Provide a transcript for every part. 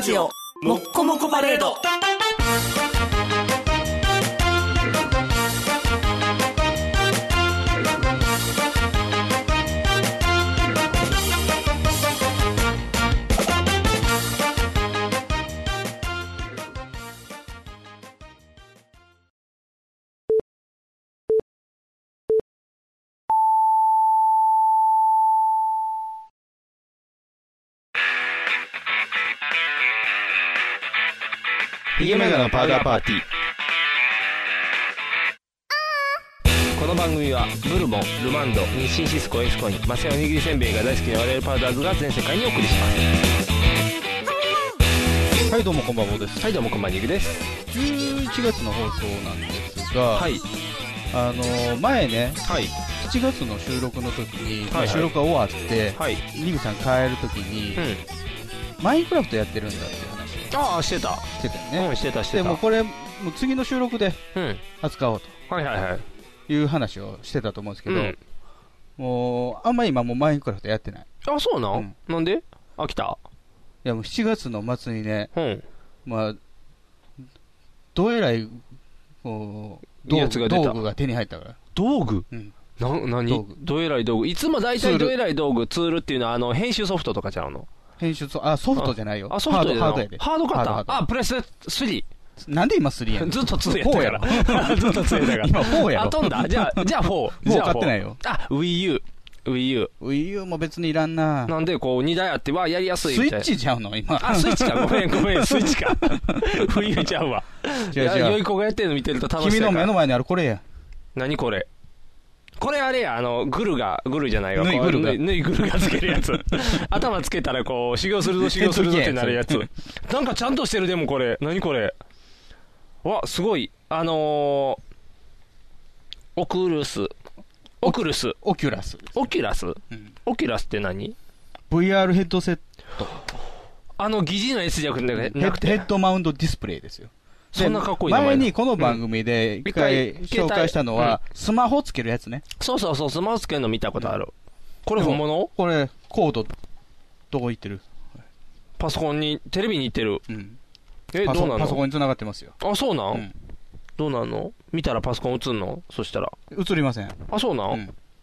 ジオもっこもこパレード。 ヒゲメガのパウダーパーティー。この番組はブルボン、ルマンド、日清シスコ、エスコイン、マセオおにぎりせんべいが大好きな我々パウダーズが全世界にお送りします。 はいどうもこんばんはです。 はいどうもこんばんは、ニグです。 11月の放送なんですが、 はい、 前ね、 はい、 7月の収録の時に、 はいはい、 収録が終わって、 はい、 ニグさん帰る時に、マインクラフトやってるんだっていう話をしてたよね。してた。 でもこれもう次の収録で扱おうと、 はいはいはい、 いう話をしてたと思うんですけど、もうあんまり今もうマインクラフトやってない。 あ、そうなん、なんで飽きた？ いやもう7月の末にね、まあどえらいこう道具が手に入ったから。 道具？何？どえらい道具。いつも大体どえらい道具、ツールっていうのは編集ソフトとかちゃうの？ 編集ソフトじゃないよ。 ソフトハードやで。 ハード買った？プレス3。 なんで今3やん。 ずっと2やったから。ずっと2やったから。 今4やろ。 飛んだ。じゃあ4。 もう買ってないよ。 Wii U も別にいらんな。 なんでこう2台あってやりやすいみたいな。 スイッチちゃうの今。 スイッチか。ごめん、スイッチか。Wii U ちゃうわ。 違う。 良い子がやってるの見てると楽しい。 君の目の前にあるこれや。 何これ？これあれや、グルじゃないわ。 ぬいぐるがつけるやつ。頭つけたらこう、修行するぞってなるやつ。なんかちゃんとしてる、でもこれ。何これ。わ、すごい。オキュラス。オキュラスって何？ VR ヘッドセット。 疑似の S じゃなくて。 ヘッドマウントディスプレイですよ。 そんなかっこいい名前。 前にこの番組で一回紹介したのは、スマホつけるやつね。 そう、スマホつけるの見たことある。これ本物？ これ、コード、どこ行ってる？ パソコンに、テレビに行ってる。どうなの？ パソコンに繋がってますよ。 あ、そうなん？どうなんの？見たらパソコン映んの？そしたら。 映りません。 あ、そうなん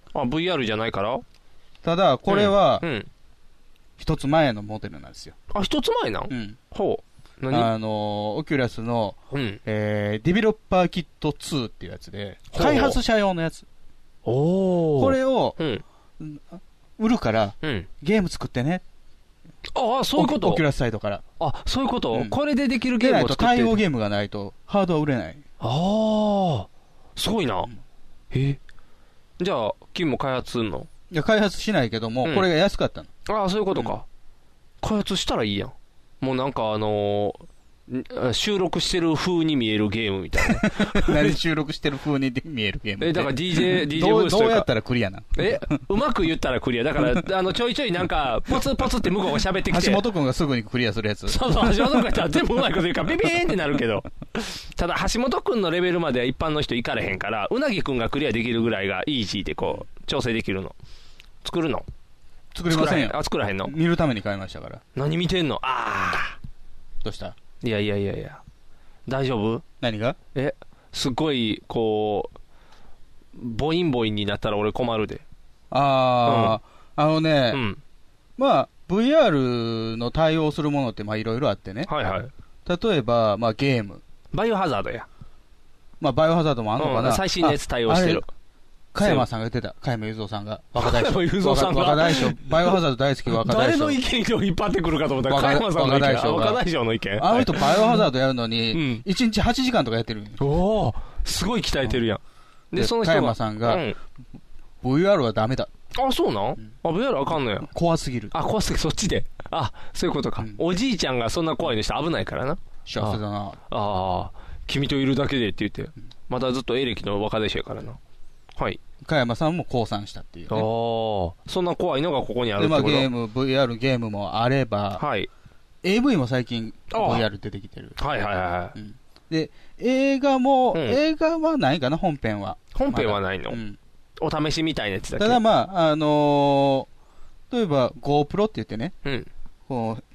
？VR じゃないから？ ただ、これは、一つ前のモデルなんですよ。 あ、一つ前なん？ほう。 オキュラスの、ディベロッパーキット2っていうやつで、開発者用のやつ。これを、売るから、ゲーム作ってね。 ああ、そういうこと？ オキュラスサイドから。 あ、そういうこと？これでできるゲームを作って。 対応ゲームがないと、ハードは売れない。 ああ、すごいな。じゃあ、君も開発するの？ いや、開発しないけども、これが安かったの。 ああ、そういうことか。開発したらいいやん。もうなんか収録してる風に見えるゲームみたいな。 何収録してる風に見えるゲーム？ だから DJ ブースというか。 どうやったらクリアな？ うまく言ったらクリア。だから、ちょいちょいなんか、ポツポツって向こうが喋ってきて。 橋本くんがすぐにクリアするやつ。 そう、橋本くんが全部うまいこと言うから、ビビーンってなるけど。ただ、橋本くんのレベルまでは一般の人行かれへんから、うなぎくんがクリアできるぐらいがイージーでこう、調整できるの。作るの？ 作りませんよ。 作らへんの？ 見るために買いましたから。 何見てんの？ どうした？ いや。大丈夫？何が？すっごい、こう、ボインになったら俺困るで。 まあ、VR の対応するものっていろいろあってね。 はいはい。 例えば、ゲーム。 バイオハザードや。 バイオハザードもあんのかな？ 最新のやつ対応してる。 加山さんが言ってた。加山雄三さんが。 若大将。 バイオハザード大好き若大将。 誰の意見を引っ張ってくるかと思ったら、加山さんの意見。若大将の意見。 あの人バイオハザードやるのに、1日8時間とかやってる。 おー、すごい鍛えてるやん。で、その人加山さんが、VR はダメだ。 あ、そうなん？VR あかんのや。 怖すぎる。 怖すぎる、そっちで。そういうことか。おじいちゃんがそんな怖いのして危ないからな。 幸せだな。 君といるだけでって言って。またずっとエレキの若大将やからな。はい。 加山さんも降参したっていうね。 そんな怖いのがここにあるってこと？ で、VR ゲームもあれば、AV も最近 VR 出てきてる。で、映画はないかな、本編は。 本編はないの？お試しみたいなやつだけ。 ただ例えば GoPro って言ってね、こう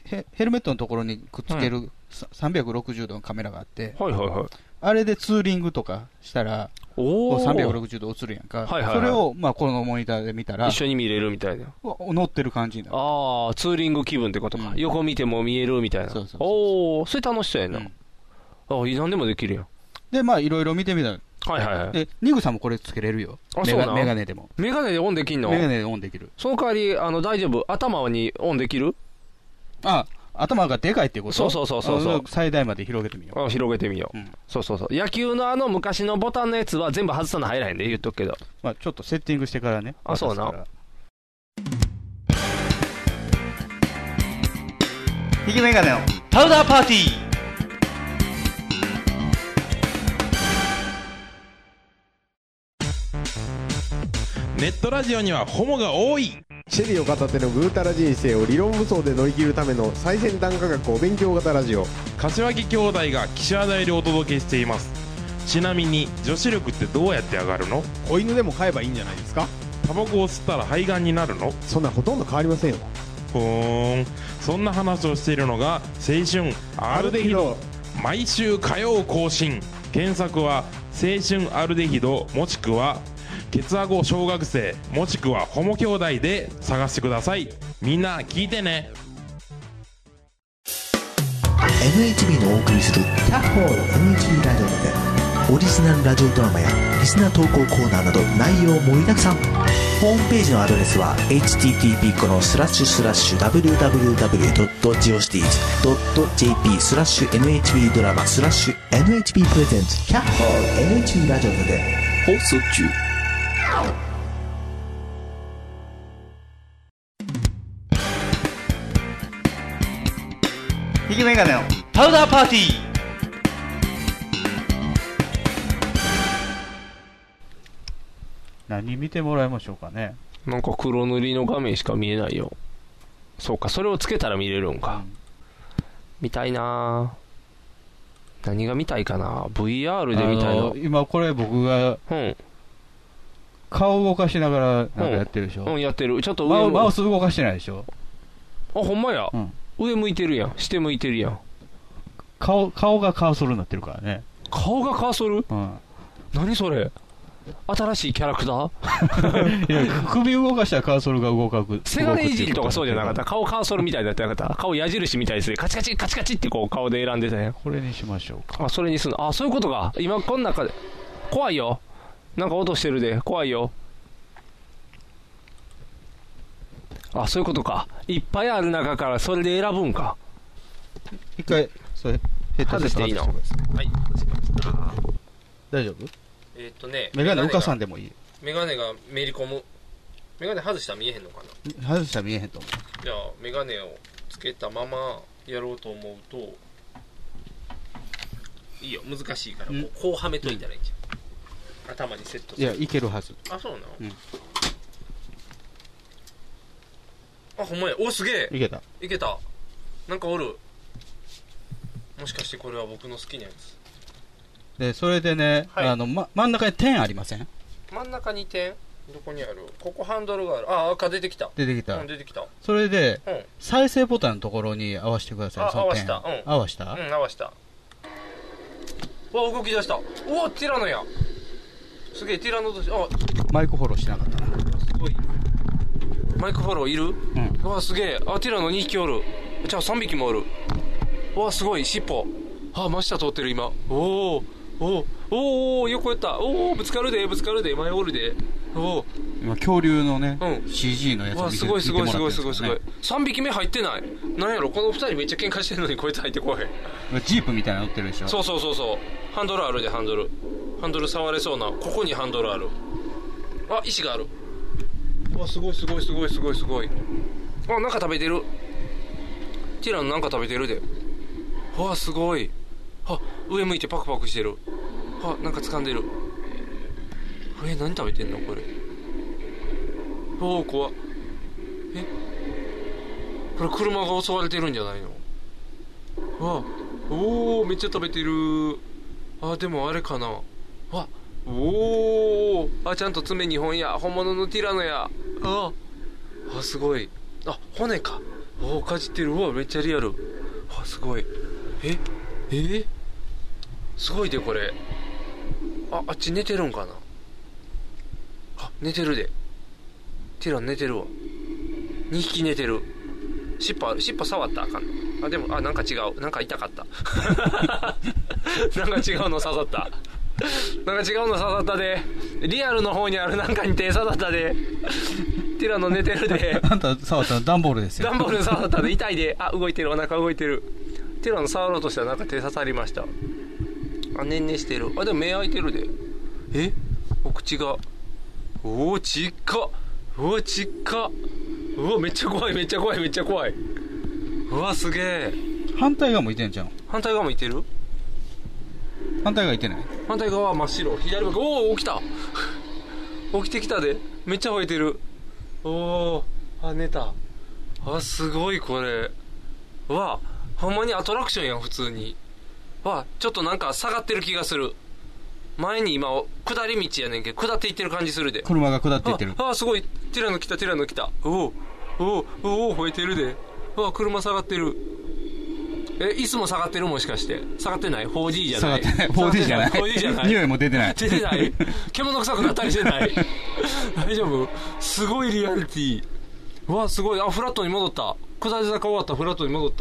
ヘルメットのところにくっつける360度のカメラがあって、 はいはいはい。 あれでツーリングとかしたら、360度映るやんか。はいはいはい、それを、まあ、このモニターで見たら、 一緒に見れるみたいな。 乗ってる感じになる。 ああ、ツーリング気分ってことか。うん、横見ても見えるみたいな。そうそうそうそう。おー、それ楽しそうやな。うん、あ、何でもできるやん。 で、まあ、いろいろ見てみたら。 はいはいはい。 で、ニグさんもこれつけれるよ。 あ、そうなメガネでも。 メガネでオンできんの？ メガネでオンできる。 その代わり、大丈夫。頭にオンできる？ あ、頭がでかいってこと？ そうそうそうそう。 最大まで広げてみよう。 広げてみよう。うん、そうそうそう。野球の昔のボタンのやつは全部外さな入らへんで言っとくけど。 まあちょっとセッティングしてからね。 あ、そうな。 引きメガネのパウダーパーティー。 ネットラジオにはホモが多い。 シェリーを片手のぐうたら人生を理論武装で乗り切るための最先端科学お勉強型ラジオ。 柏木兄弟が岸和田よりお届けしています。ちなみに女子力ってどうやって上がるの？ 子犬でも飼えばいいんじゃないですか？ タバコを吸ったら肺がんになるの？ そんなほとんど変わりませんよ。 そんな話をしているのが青春アルデヒド。毎週火曜更新。検索は青春アルデヒドもしくはケツアゴ小学生もしくはホモ兄弟で探してください。みんな聞いてね。 NHB のお送りするキャッホール NHB ラジオでオリジナルラジオドラマやリスナー投稿コーナーなど内容盛りだくさん。ホームページのアドレスは http://www.geocities.jp/NHB ドラマ/NHB プレゼンツキャッホール NHB ラジオで放送中。 引きメガネのパウダーパーティー。何見てもらいましょうかね。 なんか黒塗りの画面しか見えないよ。そうか、それをつけたら見れるんか。見たいな。何が見たいかな。 VR で見たいの。 今これ僕が、顔動かしながらなんかやってるでしょ。 やってる。ちょっと上マウス動かしてないでしょ。 あ、ほんまや。上向いてるやん。下向いてるやん。 顔がカーソルになってるからね。 顔がカーソル？何それ？新しいキャラクター？いや、 首動かしたらカーソルが動く。 セガネいじりとかそうじゃなかった？顔カーソルみたいだったなかった？顔矢印みたいですね。カチカチカチカチってこう顔で選んでたね。 これにしましょうか。 あ、それにすんの。あ、そういうことか。今この中で。怖いよ。なんか音してるで。怖いよ。あ、そういうことか。いっぱいある中からそれで選ぶんか。 一回、それ、 外していいの？はい、外しました。 大丈夫？ メガネ浮かさんでもいい。 メガネがめり込む。メガネ外したら見えへんのかな？ 外したら見えへんと思う。 じゃあメガネをつけたままやろうと思うといいよ。難しいからこうはめといたらいいじゃん。頭にセットする。 いや、いけるはず。 あ、そうなの？あ、ほんまや。お、すげえ。 いけた。 いけた。なんかおる。もしかしてこれは僕の好きなやつ。 で、それでね、真ん中に点ありません？ 真ん中に点？どこにある？ここハンドルがある。あ、赤出てきた。 出てきた。 出てきた。 それで、再生ボタンのところに合わせてください。 合わした。 合わした？ 合わした。うわ、動き出した。おお、ティラノや。すげえ、ティラノとして。あ、 マイクフォローしなかったな。 すごい。マイクフォローいる？うわ、すげえ。あ、ティラノ2匹おる。じゃあ3匹もおる。うわ、すごい。尻尾。あ、真下通ってる今。おお、横やった。おお、ぶつかるで、前おるで。おお。 今、恐竜のね、CG のやつ見てすごい。 見てもらってるんですけどね。 3匹目入ってない。なんやろ、この2人めっちゃ喧嘩してるのにこいつ入ってこへん。 ジープみたいなの乗ってるでしょ。 そう。ハンドルあるで、ハンドル触れそうな。ここにハンドルある。あ、石がある。うわ、すごい。あ、なんか食べてる。ティラノなんか食べてるで。うわ、すごい。あ、上向いてパクパクしてる。あ、なんか掴んでる。何食べてんのこれ。おー、怖っ。これ車が襲われてるんじゃないの？おー、めっちゃ食べてる。あ、でもあれかな。おー、あ、ちゃんと爪2本や。本物のティラノや。あ、すごい。あ、骨か。 おお、かじってる。うわ、めっちゃリアル。あ、すごい。すごいで、これ。あっち寝てるんかな。あ、寝てるで。ティラノ寝てるわ。2匹寝てる。尻尾触ったらあかんの。あ、でも、なんか違う。なんか痛かった。なんか違うの刺さった。なんか違うの刺さったで。リアルの方にあるなんかに手刺さったで。ティラノ寝てるで。 あんた触ったの段ボールですよ。 段ボール刺さったで。痛いで。あ、動いてる。お腹動いてる。ティラノ触ろうとしたらなんか手刺さりました。あ、ねんねしてる。あ、でも目開いてるで。お口が。おお、ちっか。うわ、ちっか。うわ、めっちゃ怖い、めっちゃ怖い、めっちゃ怖い。うわ、すげえ。 反対側もいてんじゃん。 反対側もいてる？ 反対側いてない？ 反対側は真っ白。左側、おお、起きた。起きてきたで。めっちゃ吠えてる。おお、あ、寝た。あ、すごいこれ。うわ、ほんまにアトラクションやん、普通に。わ、ちょっとなんか下がってる気がする。前に今、下り道やねんけど、下っていってる感じするで。 車が下っていってる。 あ、すごい。ティラノ来た、ティラノ来た。おお、吠えてるで。車下がってる。椅子も下がってる、もしかして。下がってない？ 4D じゃない。 下がってない。4D じゃない。 4D じゃない。 匂いも出てない。 出てない。獣臭くなったりしてない。大丈夫？すごいリアリティ。うわ、すごい。あ、フラットに戻った。下り坂終わった、フラットに戻った。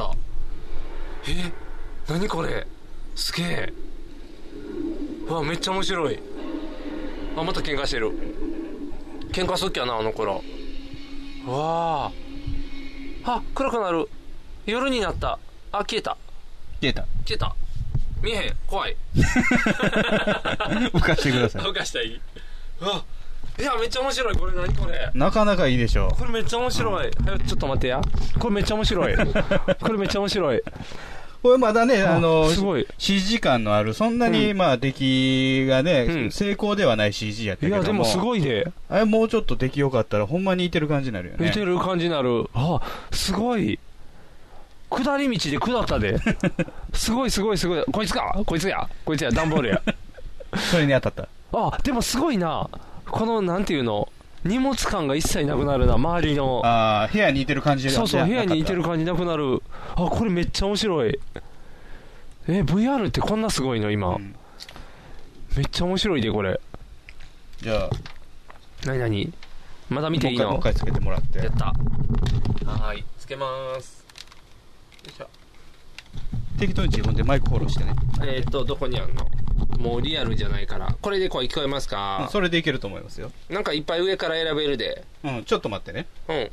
何これ。すげえ。うわ、めっちゃ面白い。あ、また喧嘩してる。喧嘩すっきゃな、あの頃。うわあ、暗くなる。夜になった。あ、消えた。 消えた。 見えへん。怖い。 浮かしてください。 浮かしたらいい。うわ、いや、めっちゃ面白い。これ何これ。 なかなかいいでしょ。 これめっちゃ面白い。ちょっと待ってや。これめっちゃ面白い。これめっちゃ面白い。 これまだね、 すごい。 CG 感のある、そんなに、まあ、出来がね、成功ではない CG やったけども。 いや、でもすごいで。 あれ、もうちょっと出来良かったら、ほんまに似てる感じになるよね。 似てる感じになる。あ、すごい。下り道で下ったで。すごい。こいつや、段ボールや。 それに当たった。 あ、でもすごいな。この、なんていうの、荷物感が一切なくなるな、周りの。 ああ、部屋にいてる感じが。 そう、部屋にいてる感じなくなる。あ、これめっちゃ面白い。VR ってこんなすごいの今、めっちゃ面白いで、これ。 じゃあ。 何まだ見ていいの？ もう一回つけてもらって。 やった。はい、つけまーす。よいしょ。 適当に自分でマイクフォローしてね。 どこにあんの？もうリアルじゃないから。これで声聞こえますか？ それでいけると思いますよ。 なんかいっぱい上から選べるで。 ちょっと待ってね。ヘ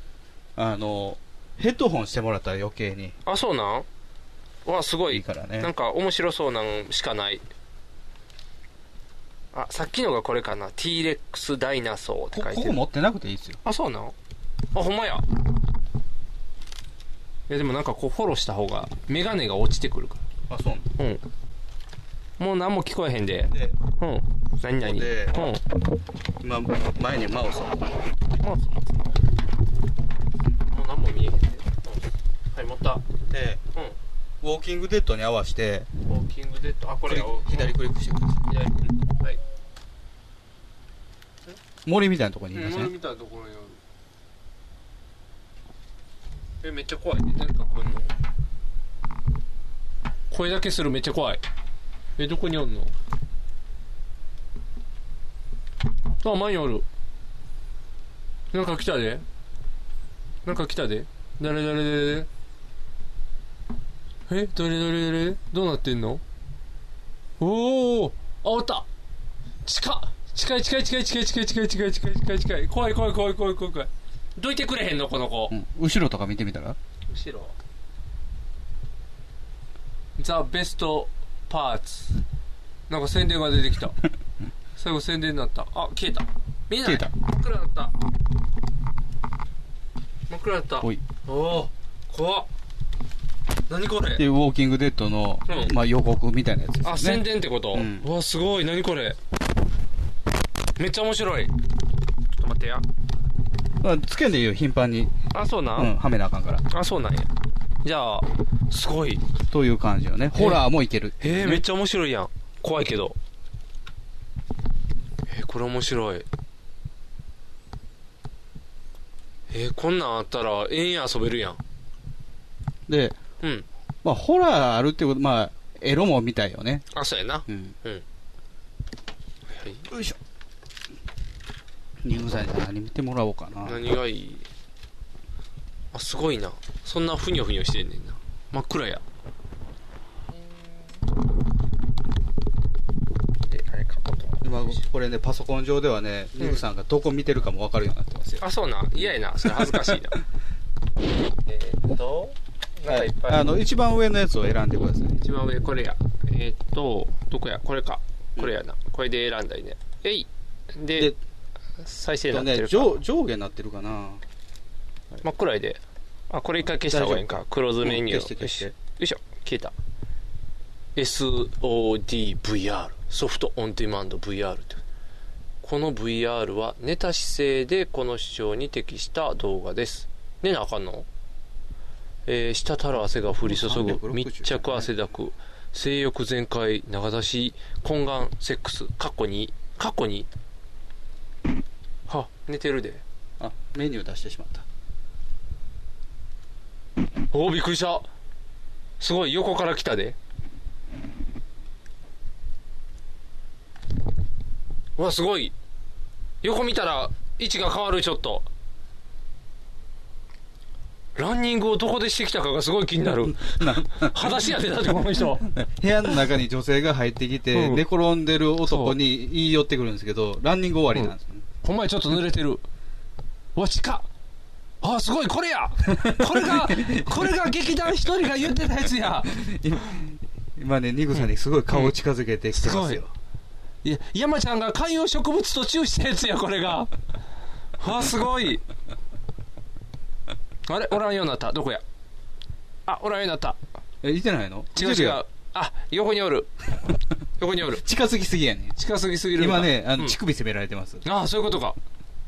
ッドホンしてもらったら余計に。 あ、そうなん？わ、すごい。 いいからね。 なんか面白そうなんしかない。あ、さっきのがこれかな。T-Rex ダイナソーって書いてる。 ここ持ってなくていいですよ。 あ、そうなん？あ、ほんまや。いや、でもなんかこうフォローした方がメガネが落ちてくるから。あ、そうなの？もう何も聞こえへんで。何々。 今、前にマウスを。 もう何も見えへんで。はい、持った。 で、ウォーキングデッドに合わせて、 ウォーキングデッド、あ、これ左クリックしてください。 左クリック。はい。 森みたいなところにいますね。 森みたいなところにある。めっちゃ怖い。誰か来んの？声だけする、めっちゃ怖い。どこにおんの？あ、前におる。なんか来たで。誰どうなってんの？おー、あ、おった。近い。怖い。どいてくれへんのこの子。 後ろとか見てみたら？ 後ろ。ザ・ベストパーツ。なんか宣伝が出てきた。最後宣伝になった。あ、消えた。見えない。真っ暗になった。 おい。 おー、怖っ。何これ？ で、ウォーキングデッドの、まあ予告みたいなやつですね。 あ、宣伝ってこと？うわ、すごい。何これ？めっちゃ面白い。ちょっと待ってや。 つけんでいいよ、頻繁に。 あ、そうなん？ はめなあかんから。 あ、そうなんや。じゃあ、すごい。 という感じよね。ホラーもいける。 めっちゃ面白いやん。怖いけど。これ面白い。こんなんあったら永遠遊べるやん。 で、まあ、ホラーあるってこと、まあ、エロも見たいよね。 あ、そうやな。はい、 よいしょ。ニグさんに何見てもらおうかな。 何がいい？あ、すごいな。そんなふにょふにょしてんねんな。真っ暗や。 今これね、パソコン上ではね、ニグさんがどこ見てるかも分かるようになってますよ。 あ、そうな。嫌やな。それ恥ずかしいな。なんかいっぱい。 一番上のやつを選んでください。 一番上、これや。どこや？これか。これやな。これで選んだりね。で、再生になってるか。 上下になってるかな。 真っ暗いで。あ、これ一回消した方がいいんか。クローズメニュー。 消して。 よいしょ。消えた。SODVR。ソフトオンデマンド VR って。この VR は寝た姿勢でこの視聴に適した動画です。寝なあかんの？滴る汗が降り注ぐ、密着汗だく、性欲全開、長出し、懇願セックス、過去に、は、寝てるで。 あ、メニュー出してしまった。 おー、びっくりした。すごい、横から来たで。うわ、すごい。横見たら、位置が変わる、ちょっと。ランニングをどこでしてきたかがすごい気になる。裸足やで、だってこの人。 部屋の中に女性が入ってきて、寝転んでる男に言い寄ってくるんですけど、ランニング終わりなんですよね。 ほんまにちょっと濡れてる。うわ、近っ。あ、すごい、これや。これが劇団一人が言ってたやつや。 今ね、ニグさんにすごい顔を近づけてきてますよ。 いや、山ちゃんが観葉植物とチューしたやつや、これが。あ、すごい。あれ、おらんようになった。どこや。あ、おらんようになった。 いてないの？ 違う。あ、横におる。 近づきすぎやね。 近すぎすぎる。 今ね、乳首攻められてます。 ああ、そういうことか。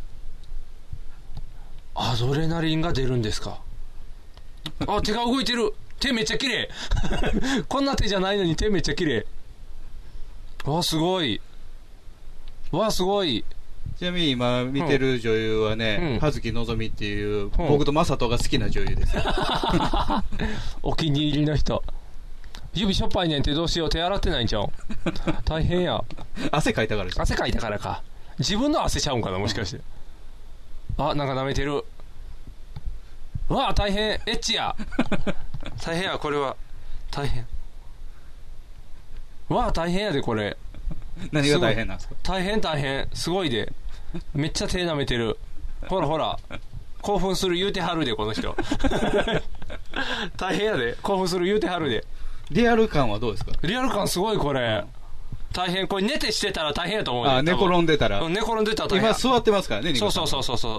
アドレナリンが出るんですか。あ、手が動いてる。手めっちゃ綺麗。こんな手じゃないのに手めっちゃ綺麗。わ、すごい。 ちなみに今見てる女優はね、葉月希っていう、僕と正人が好きな女優ですよ。 お気に入りの人。指しょっぱいねんってどうしよう。手洗ってないんちゃう？大変や。 汗かいたから汗かいたからか。自分の汗ちゃうんかな、もしかして。あ、なんか舐めてる。うわ、大変。エッチや。大変や、これは。大変。うわ、大変やで、これ。 何が大変なんですか？ 大変。すごいで。めっちゃ手舐めてる。ほら。興奮する言うてはるで、この人。大変やで。興奮する言うてはるで。 リアル感はどうですか？ リアル感すごい、これ。大変。これ寝てしてたら大変やと思う。 あ、寝転んでたら。 寝転んでたら大変。 今座ってますからね、 そう。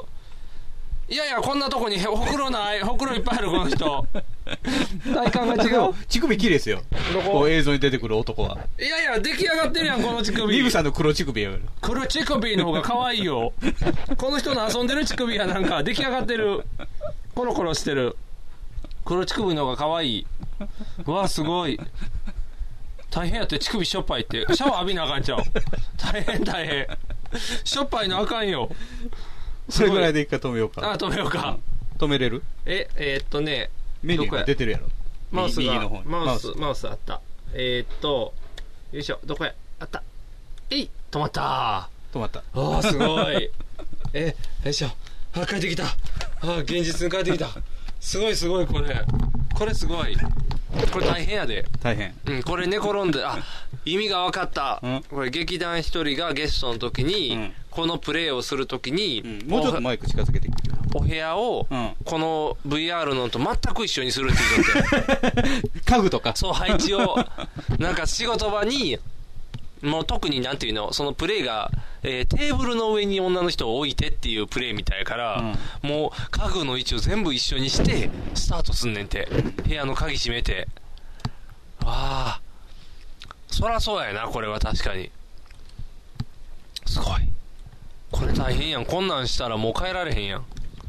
いや、こんなとこにほくろない。ほくろいっぱいある、この人。体感が違う。 乳首綺麗ですよ。こう映像に出てくる男は。 いや、出来上がってるやん、この乳首。 リグさんの黒乳首や。 黒乳首の方が可愛いよ。この人の遊んでる乳首がなんか出来上がってる。コロコロしてる。黒乳首の方が可愛い。うわ、すごい。大変やって、乳首しょっぱいって。シャワー浴びなあかんちゃう。大変。しょっぱいのあかんよ。 それぐらいで一回止めようか。 止めようか。 止めれる？ メニューが出てるやろ。 マウスあった。よいしょ、どこや？あった。止まった。 ああ、すごい。よいしょ。あ、帰ってきた。あ、現実に帰ってきた。すごい、これ。これすごい。これ大変やで。 大変。 これ寝転んで、意味が分かった。これ劇団一人がゲストの時に、このプレイをする時に、 もうちょっとマイク近づけてお部屋を、この VR のと全く一緒にするって言って。 家具とか。 そう、配置を、なんか仕事場に、もう特になんていうの、そのプレイが、テーブルの上に女の人を置いてっていうプレイみたいから、もう家具の位置を全部一緒にしてスタートすんねんて。部屋の鍵閉めて。わあ、そらそうやな、これは確かに。すごい。これ大変やん。こんなんしたらもう帰られへんやん。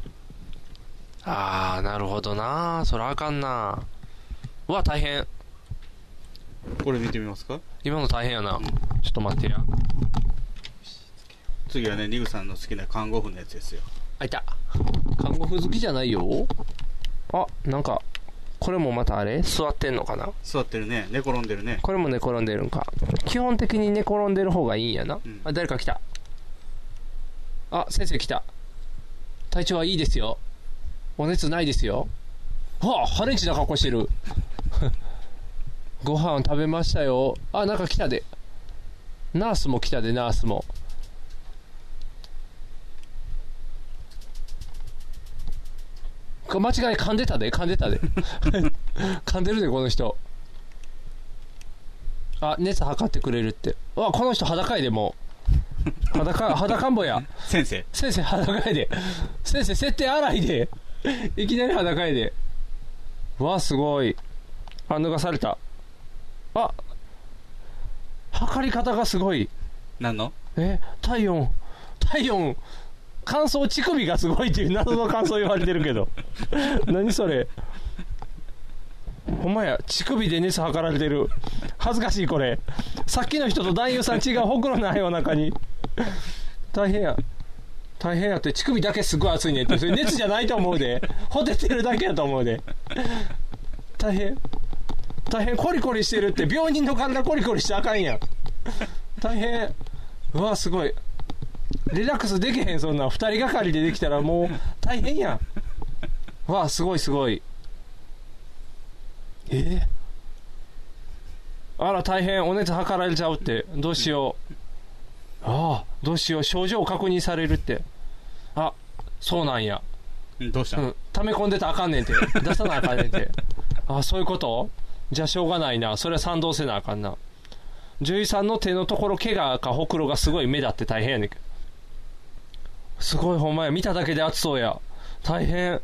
なるほどな。そらあかんな。うわ、大変。 これ見てみますか？ 今の大変やな。ちょっと待ってや。 次はね、ニグさんの好きな看護婦のやつですよ。 いた。看護婦好きじゃないよ。なんかこれもまたあれ座ってんのかな。 座ってるね。寝転んでるね。 これも寝転んでるんか。基本的に寝転んでる方がいいんやな。あ、誰か来た。あ、先生来た。体調はいいですよ。お熱ないですよ。はあ、ハレンチな格好してる。ご飯食べましたよ。あ、なんか来たで。ナースも来たで、ナースも。間違い噛んでたで、噛んでたで。噛んでるで、この人。あ、熱測ってくれるって。あ、この人裸いでもう。裸んぼや。 先生裸いで。先生、設定荒いで。いきなり裸いで。わ、すごい。あ、脱がされた。あ、測り方がすごい。 何の？ 体温。乾燥乳首がすごいっていう謎の感想言われてるけど。何それ。ほんまや、乳首で熱測られてる。恥ずかしいこれ。さっきの人と男優さん違う、ほくろないお腹に。大変やって。乳首だけすごい熱いねって。それ熱じゃないと思うで。ほてってるだけやと思うで。大変コリコリしてるって。病人の体コリコリしてあかんやん。大変。うわ、すごい。リラックスできへん、そんな2人がかりでできたらもう大変やん。わあ、すごい。あら、大変。お熱測られちゃうって。どうしよう。ああ、どうしよう。症状確認されるって。あ、そうなんや。 どうしたの？ 溜め込んでたらあかんねんて。出さなあかんねんて。あ、そういうこと？じゃあしょうがないな。それは賛同せなあかんな。女優さんの手のところ、怪我かほくろがすごい目立って大変やねんけど。すごい、ほんまや。見ただけで熱そうや。大変。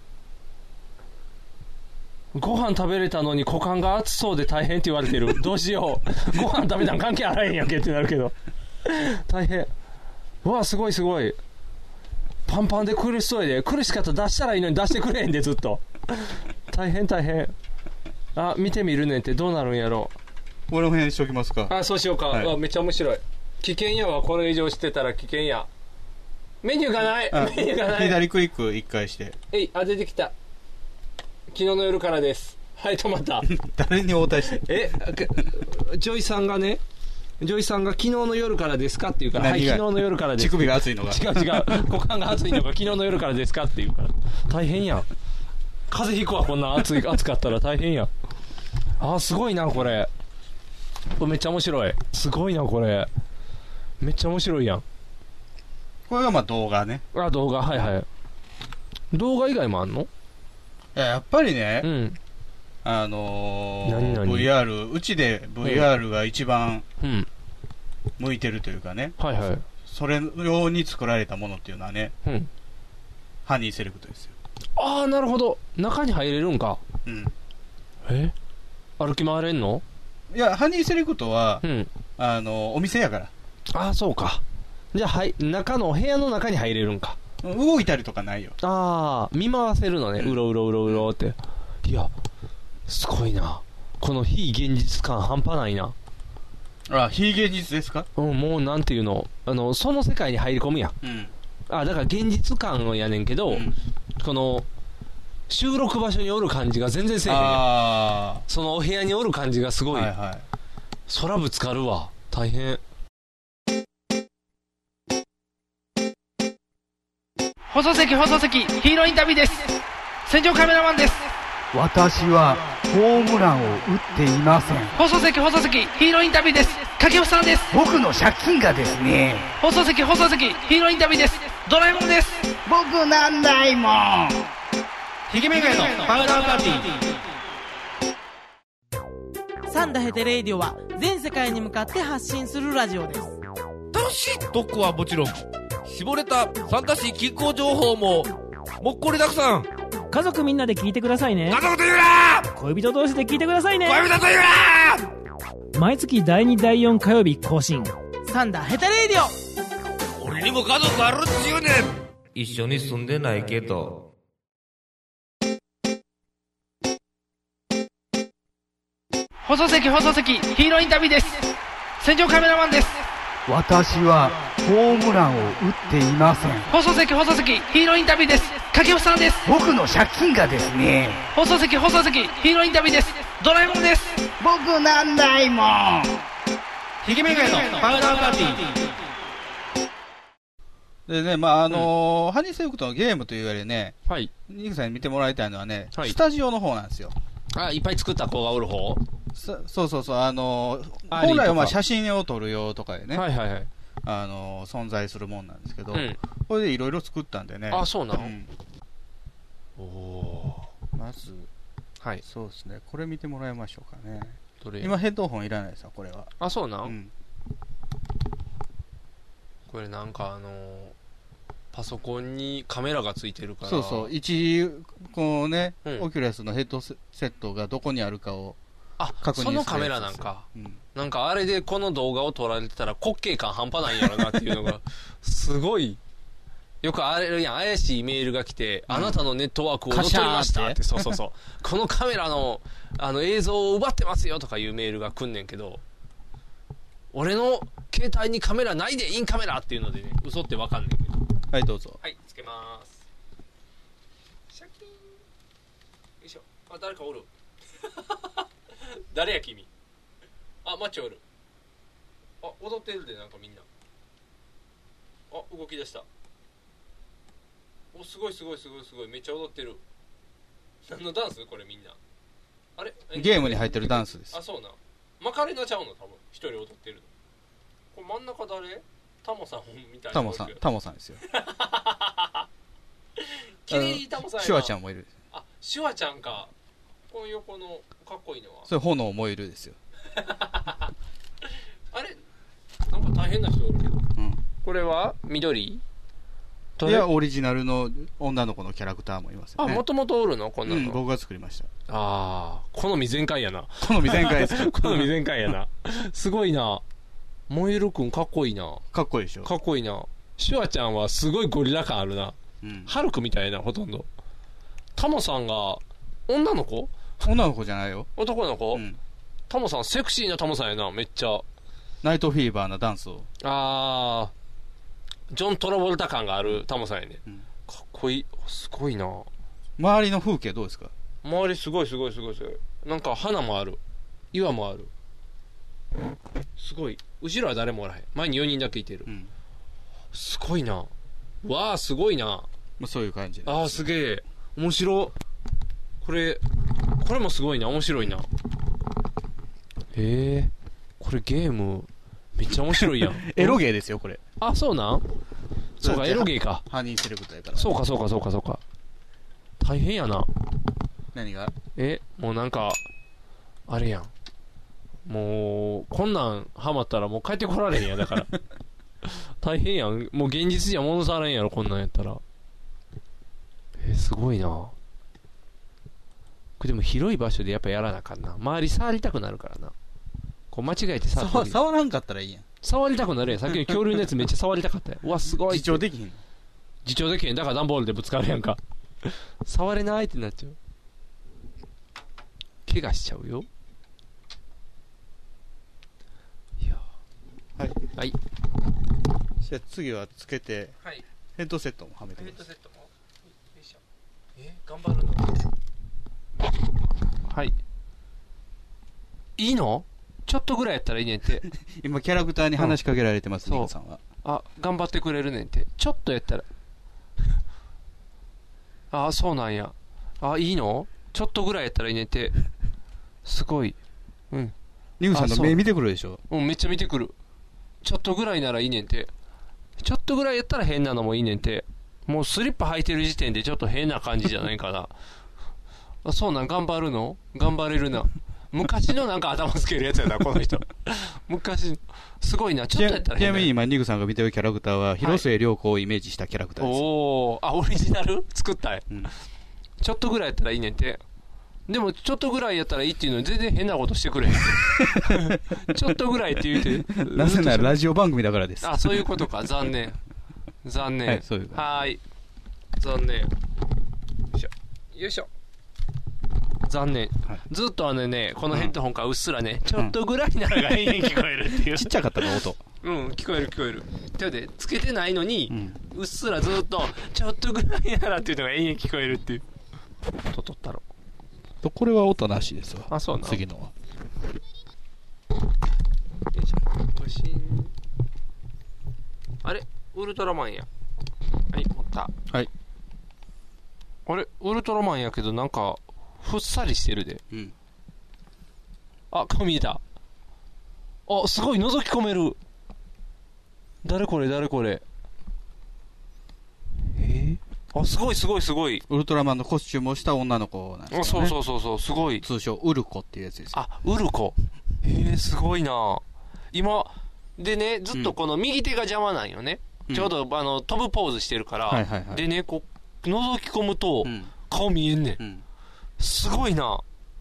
ご飯食べれたのに股間が熱そうで大変って言われてる。どうしよう。ご飯食べたん関係あらへんやんけってなるけど。大変。うわ、すごい。パンパンで苦しそうやで。苦しかったら出したらいいのに出してくれへんで、ずっと。大変。あ、見てみるねんってどうなるんやろう。俺の辺にしときますか。 あ、そうしようか。 はい、 うわ、めっちゃ面白い。危険やわ、これ以上してたら危険や。メニューがない。 左クリック1回して。 出てきた。昨日の夜からです。はい、止まった。 誰に応対して。 ジョイさんが昨日の夜からですかって言うから、はい、昨日の夜からです。 乳首が熱いのが。 違う。股間が熱いのが昨日の夜からですかって言うから。大変やん。風邪ひくわ、こんな暑かったら大変やん。あ、すごいな、これ。めっちゃ面白い。すごいな、これ。めっちゃ面白いやん。 これがまあ動画ね。 動画、はい。動画以外もあんの？ やっぱりね、 何 VR、うちで VR が一番向いてるというかね、それ用に作られたものっていうのはね、ハニーセレクトですよ。 ああ、なるほど。中に入れるんか。歩き回れんの？ いや、ハニーセレクトは、お店やから。 ああ、そうか。じゃあ、中の部屋の中に入れるんか。 動いたりとかないよ。 ああ、見回せるのね。うろって。いや、すごいな。この非現実感半端ないな。 あ、非現実ですか？ もうなんていうの、その世界に入り込むやん。だから現実感やねんけど、この、収録場所におる感じが全然せえへんやん。そのお部屋におる感じがすごい。空ぶつかるわ。大変。 放送席、ヒーローインタビューです。戦場カメラマンです。 私はホームランを打っていません。 放送席、ヒーローインタビューです。掛布さんです。 僕の借金がですね。 放送席、ヒーローインタビューです。ドラえもんです。 僕なんないもん。 ひげめがえのパウダーパーティー。サンダヘテレイディオは全世界に向かって発信するラジオです。 楽しい特攻はもちろん、絞れた参加し気候情報ももっこりたくさん。 家族みんなで聞いてくださいね。 家族と言うな。 恋人同士で聞いてくださいね。 恋人と言うな。毎月第2第4火曜日更新、 サンダヘテレイディオ。俺にも家族あるっちゅうねん。一緒に住んでないけど。 放送席、ヒーローインタビューです。戦場カメラマンです。 私はホームランを打っていません。 放送席、ヒーローインタビューです。 掛布さんです。 僕の借金がですね。 放送席ヒーローインタビューです。ドラえもんです。 僕なんないもん。 ひげめがえのパウダーパーティーでね、ハニーセレクトのゲームというよりね、 はい。 ニグさんに見てもらいたいのはね、 はい、 スタジオの方なんですよ。 あ、いっぱい作った子がおる方？ そう、本来は写真を撮る用とかでね、 はいはいはい。 存在するもんなんですけど、 うん、 これでいろいろ作ったんでね。 あ、そうなの、 うん、まず、はい。そうですね。これ見てもらいましょうかね。今ヘッドホンいらないですよ、これは。 あ、そうなん、うん、これなんかパソコンにカメラがついてるから。 そうそう。こうね、オキュラスのヘッドセットがどこにあるかを確認する。 そのカメラなんか。なんかあれでこの動画を撮られてたら滑稽感半端ないんやろなっていうのが、すごい。よくあれやん、怪しいメールが来て、あなたのネットワークを乗っ取りましたって、そう。このカメラの、映像を奪ってますよとかいうメールが来んねんけど、俺の携帯にカメラないで、インカメラっていうのでね、嘘ってわかんねんけど。 はい、どうぞ。 はい、つけまーす。シャキーン。よいしょ。あ、誰かおる。誰や君。あ、マッチおる。あ、踊ってるで、なんかみんな。あ、動き出した。お、すごい。めっちゃ踊ってる。何のダンスこれみんな。あれゲームに入ってるダンスです。 あ、そうな。マカレナちゃうの多分。一人踊ってるの。これ真ん中誰？タモさんみたいな。 タモさんですよ。 キリタモさんやな。 シュワちゃんもいる。 あ、シュワちゃんか。この横のかっこいいのは。 それ炎燃えるですよ。 あれなんか大変な人おるけど。うん。これは緑？ いや、オリジナルの女の子のキャラクターもいますよね。 あ、もともとおるのこんなの、うん、 僕が作りました。 ああ、好み全開やな。 好み全開ですか。 好み全開やな。すごいな。燃えるくんかっこいいな。 かっこいいでしょ。 かっこいいな。シュワちゃんはすごいゴリラ感あるな。うん。ハルクみたいな、ほとんど。タモさんが、女の子？ 女の子じゃないよ。 男の子？うん。タモさん、セクシーなタモさんやな、めっちゃ。 ナイトフィーバーなダンスを。 あー。ジョン・トラボルタ感があるタモさんやね、うん、かっこいい。すごいな。 周りの風景どうですか？ 周りすごい。なんか花もある、岩もある。すごい。後ろは誰もおらへん。前に4人だけいてる、うん、すごいな。わあ、すごいな。 まあ、そういう感じ。 ああ、すげえ面白。これもすごいな。面白いな。へえ、これゲームめっちゃ面白いやん。 エロゲーですよこれ。 あ、そうなん？そうか、エロゲーか。 ハニーセレクトやから。 そうか。大変やな。 何が？ もうなんか、あれやん。もう、こんなんハマったらもう帰ってこられへんやん、だから。大変やん。もう現実じゃ戻されんやろ、こんなんやったら。すごいな。これでも広い場所でやっぱやらなあかんな。周り触りたくなるからな。こう間違えて触らんかったらいいやん。 触りたくなるやん。さっきの恐竜のやつめっちゃ触りたかったよ。うわ、すごい。 自重できへん。 だから段ボールでぶつかるやんか。触れないってなっちゃう。怪我しちゃうよ。いや。 はい。じゃあ次はつけて、はい、ヘッドセットもはめてください。ヘッドセットも？よいしょ。 頑張るの？はい。いいの？ちょっとぐらいやったらいいねんて。 今キャラクターに話しかけられてます、ニコさんは。 あ、頑張ってくれるねんて。ちょっとやったら。あ、そうなんや。あ、いいの？ちょっとぐらいやったらいいねんて。すごい。うん。 ニコさんの目見てくるでしょ？ うん、めっちゃ見てくる。ちょっとぐらいならいいねんて。ちょっとぐらいやったら変なのもいいねんて。もうスリッパ履いてる時点でちょっと変な感じじゃないかな。あ、そうなん、頑張るの？頑張れるな。昔のなんか頭つけるやつやな、この人。昔、すごいな、ちょっとやったら変な。 ちなみに今、ニグさんが見てるキャラクターは、広末涼子をイメージしたキャラクターです。 おー、あ、オリジナル作ったい、うん。ちょっとぐらいやったらいいねんて。でも、ちょっとぐらいやったらいいっていうのに全然変なことしてくれへん。ちょっとぐらいって言うて。 なぜならラジオ番組だからです。 あ、そういうことか、残念。残念。 はい、そういう。 はーい。残念。よいしょ。よいしょ。残念、はい、ずっとね、このヘッドホンからうっすらね、ちょっとぐらいならが延々聞こえるっていう、 ちっちゃかったの音。 うん、聞こえる。ちょっとでつけてないのに、 うっすらずっとちょっとぐらいならっていうのが延々聞こえるっていう音取ったろ。 これは音なしですわ。 あ、そうなの。 次のは。 あれウルトラマンや。はい、持った。 はい。 あれウルトラマンやけどなんかふっさりしてるで。 うん。 あ、顔見えた。あ、すごい覗き込める。誰これ誰これ。あ、すごいすごいすごい。 ウルトラマンのコスチュームをした女の子なんですよね。 そうそうそうそう、すごい。 通称ウルコっていうやつですよ。 あ、ウルコ。すごいな。今でね、ずっとこの右手が邪魔なんよね。ちょうど飛ぶポーズしてるから、でね、こう覗き込むと、顔見えんねん。すごいな。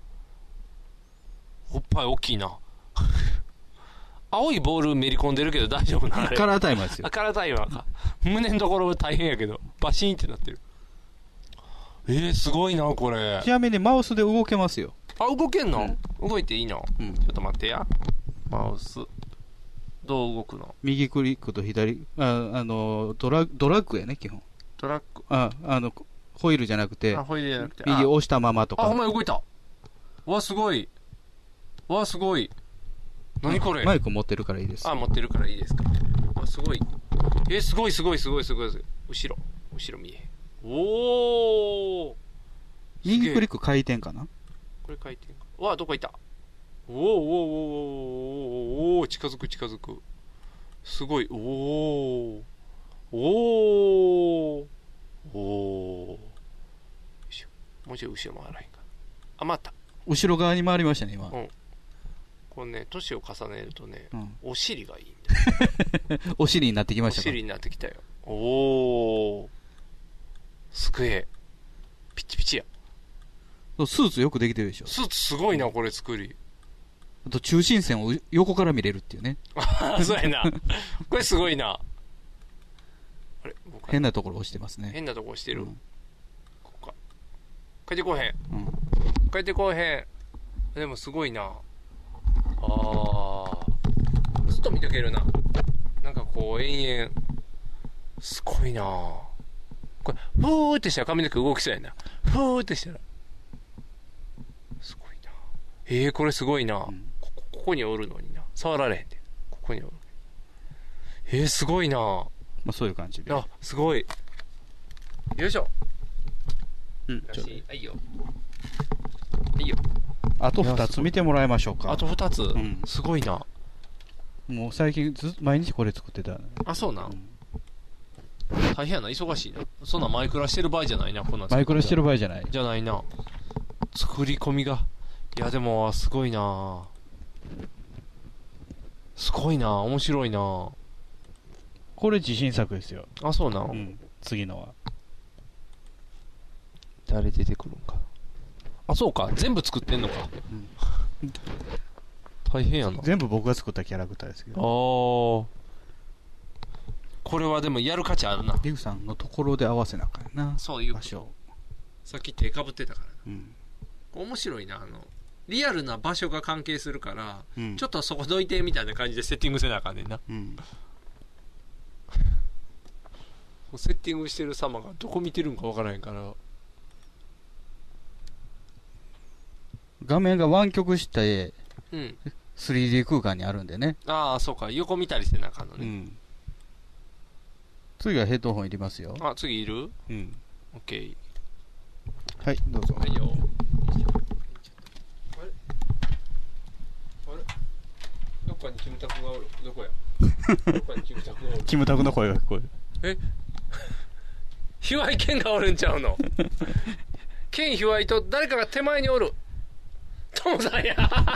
おっぱい大きいな。青いボールめり込んでるけど大丈夫な。 カラータイマーですよ。 カラータイマーか。胸のところ大変やけどバシーンってなってる。すごいなこれ。 ちなみにマウスで動けますよ。 あ、動けんの、動いていいの、ちょっと待ってや。マウスどう動くの。 右クリックと左ドラッグやね、基本。 ドラッグ。 ホイールじゃなくて、 ホイールじゃなくて右押したままとか。 あ、お前動いた。わ、すごい。わ、すごい。何これ。 マイク持ってるからいいです。 あ、持ってるからいいですか。あ、すごい。すごいすごいすごいすごい。後ろ見え。おー。 右クリック回転かな。 これ回転か。わ、どこいた。おーおーおーおーおーおー、近づく近づく。すごい。おーおーおー。よいしょ。もうちょい後ろ回らへんか。あ、待った。 後ろ側に回りましたね、今。 うん。これね、年を重ねるとね、お尻がいいんだよ。お尻になってきましたか。 お尻になってきたよ。おー。すげえ。ピッチピチや。 スーツよくできてるでしょ。 スーツすごいな、これ作り。 あと中心線を横から見れるっていうね。 あ、そうやな。これすごいな。あれ、 変なところ押してますね。 変なところ押してる。ここか。帰ってこへん。帰ってこへん。でもすごいな。ずっと見とけるな。なんかこう延々すごいな。これふーってしたら髪の毛動きそうやな。ふーってしたらすごいな。これすごいな。ここにおるのにな。触られへんで。ここにおる。すごいな。まあそういう感じで。 あ、すごい。よいしょ。はいよ。はいよ。 あと2つ見てもらいましょうか。 あと2つ、すごいな。 もう最近毎日これ作ってた。 あ、そうな。大変やな、忙しいな。そんなマイクラしてる場合じゃないな、こんな。 マイクラしてる場合じゃない。 じゃないな。作り込みが。いや、でも、すごいな。すごいな、面白いな。 これ自信作ですよ。 あ、そうな。 次のは。 誰出てくるんか。あ、そうか。全部作ってんのか。大変やな。 全部僕が作ったキャラクターですけど。 これはでもやる価値あるな。 リグさんのところで合わせなあかんな。 そういう場所。さっき手かぶってたからな。面白いな。リアルな場所が関係するから、ちょっとそこどいてみたいな感じでセッティングせなあかんねんな。セッティングしてる様がどこ見てるんかわからへんから。 画面が湾曲して、3D 空間にあるんでね。 ああ、そうか。横見たりしてなあかんのね。 次はヘッドホンいりますよ。 あ、次いる？オッケー。 はい、どうぞ。 はいよ。あれどっかにキムタクがおる。どこやどっかにキムタクがおる。 キムタクの声が聞こえる。 卑猥剣がおるんちゃうの剣卑猥と誰かが手前におる。トモさんや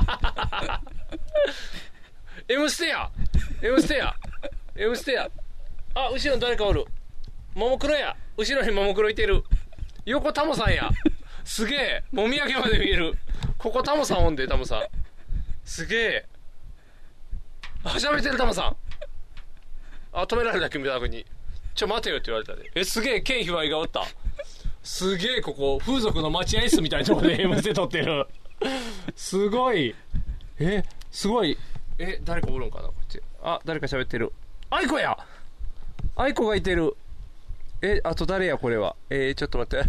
M ステや M ステや M ステや。あ、後ろに誰かおる。ももクロや。後ろにももクロいてる。横タモさんや。すげえ。もみあげまで見える。ここタモさんおんで、タモさん。すげえ。あ、喋ってるタモさん。あ、止められた、キムタクに。待てよって言われたで。すげえ、剣卑猥がおった。すげえ、ここ、風俗の待合室みたいなところで M ステ撮ってる。すごい。すごい。誰かおるんかなこっち。あ、誰か喋ってる。アイコやアイコがいてる。 あと誰やこれは。ちょっと待って。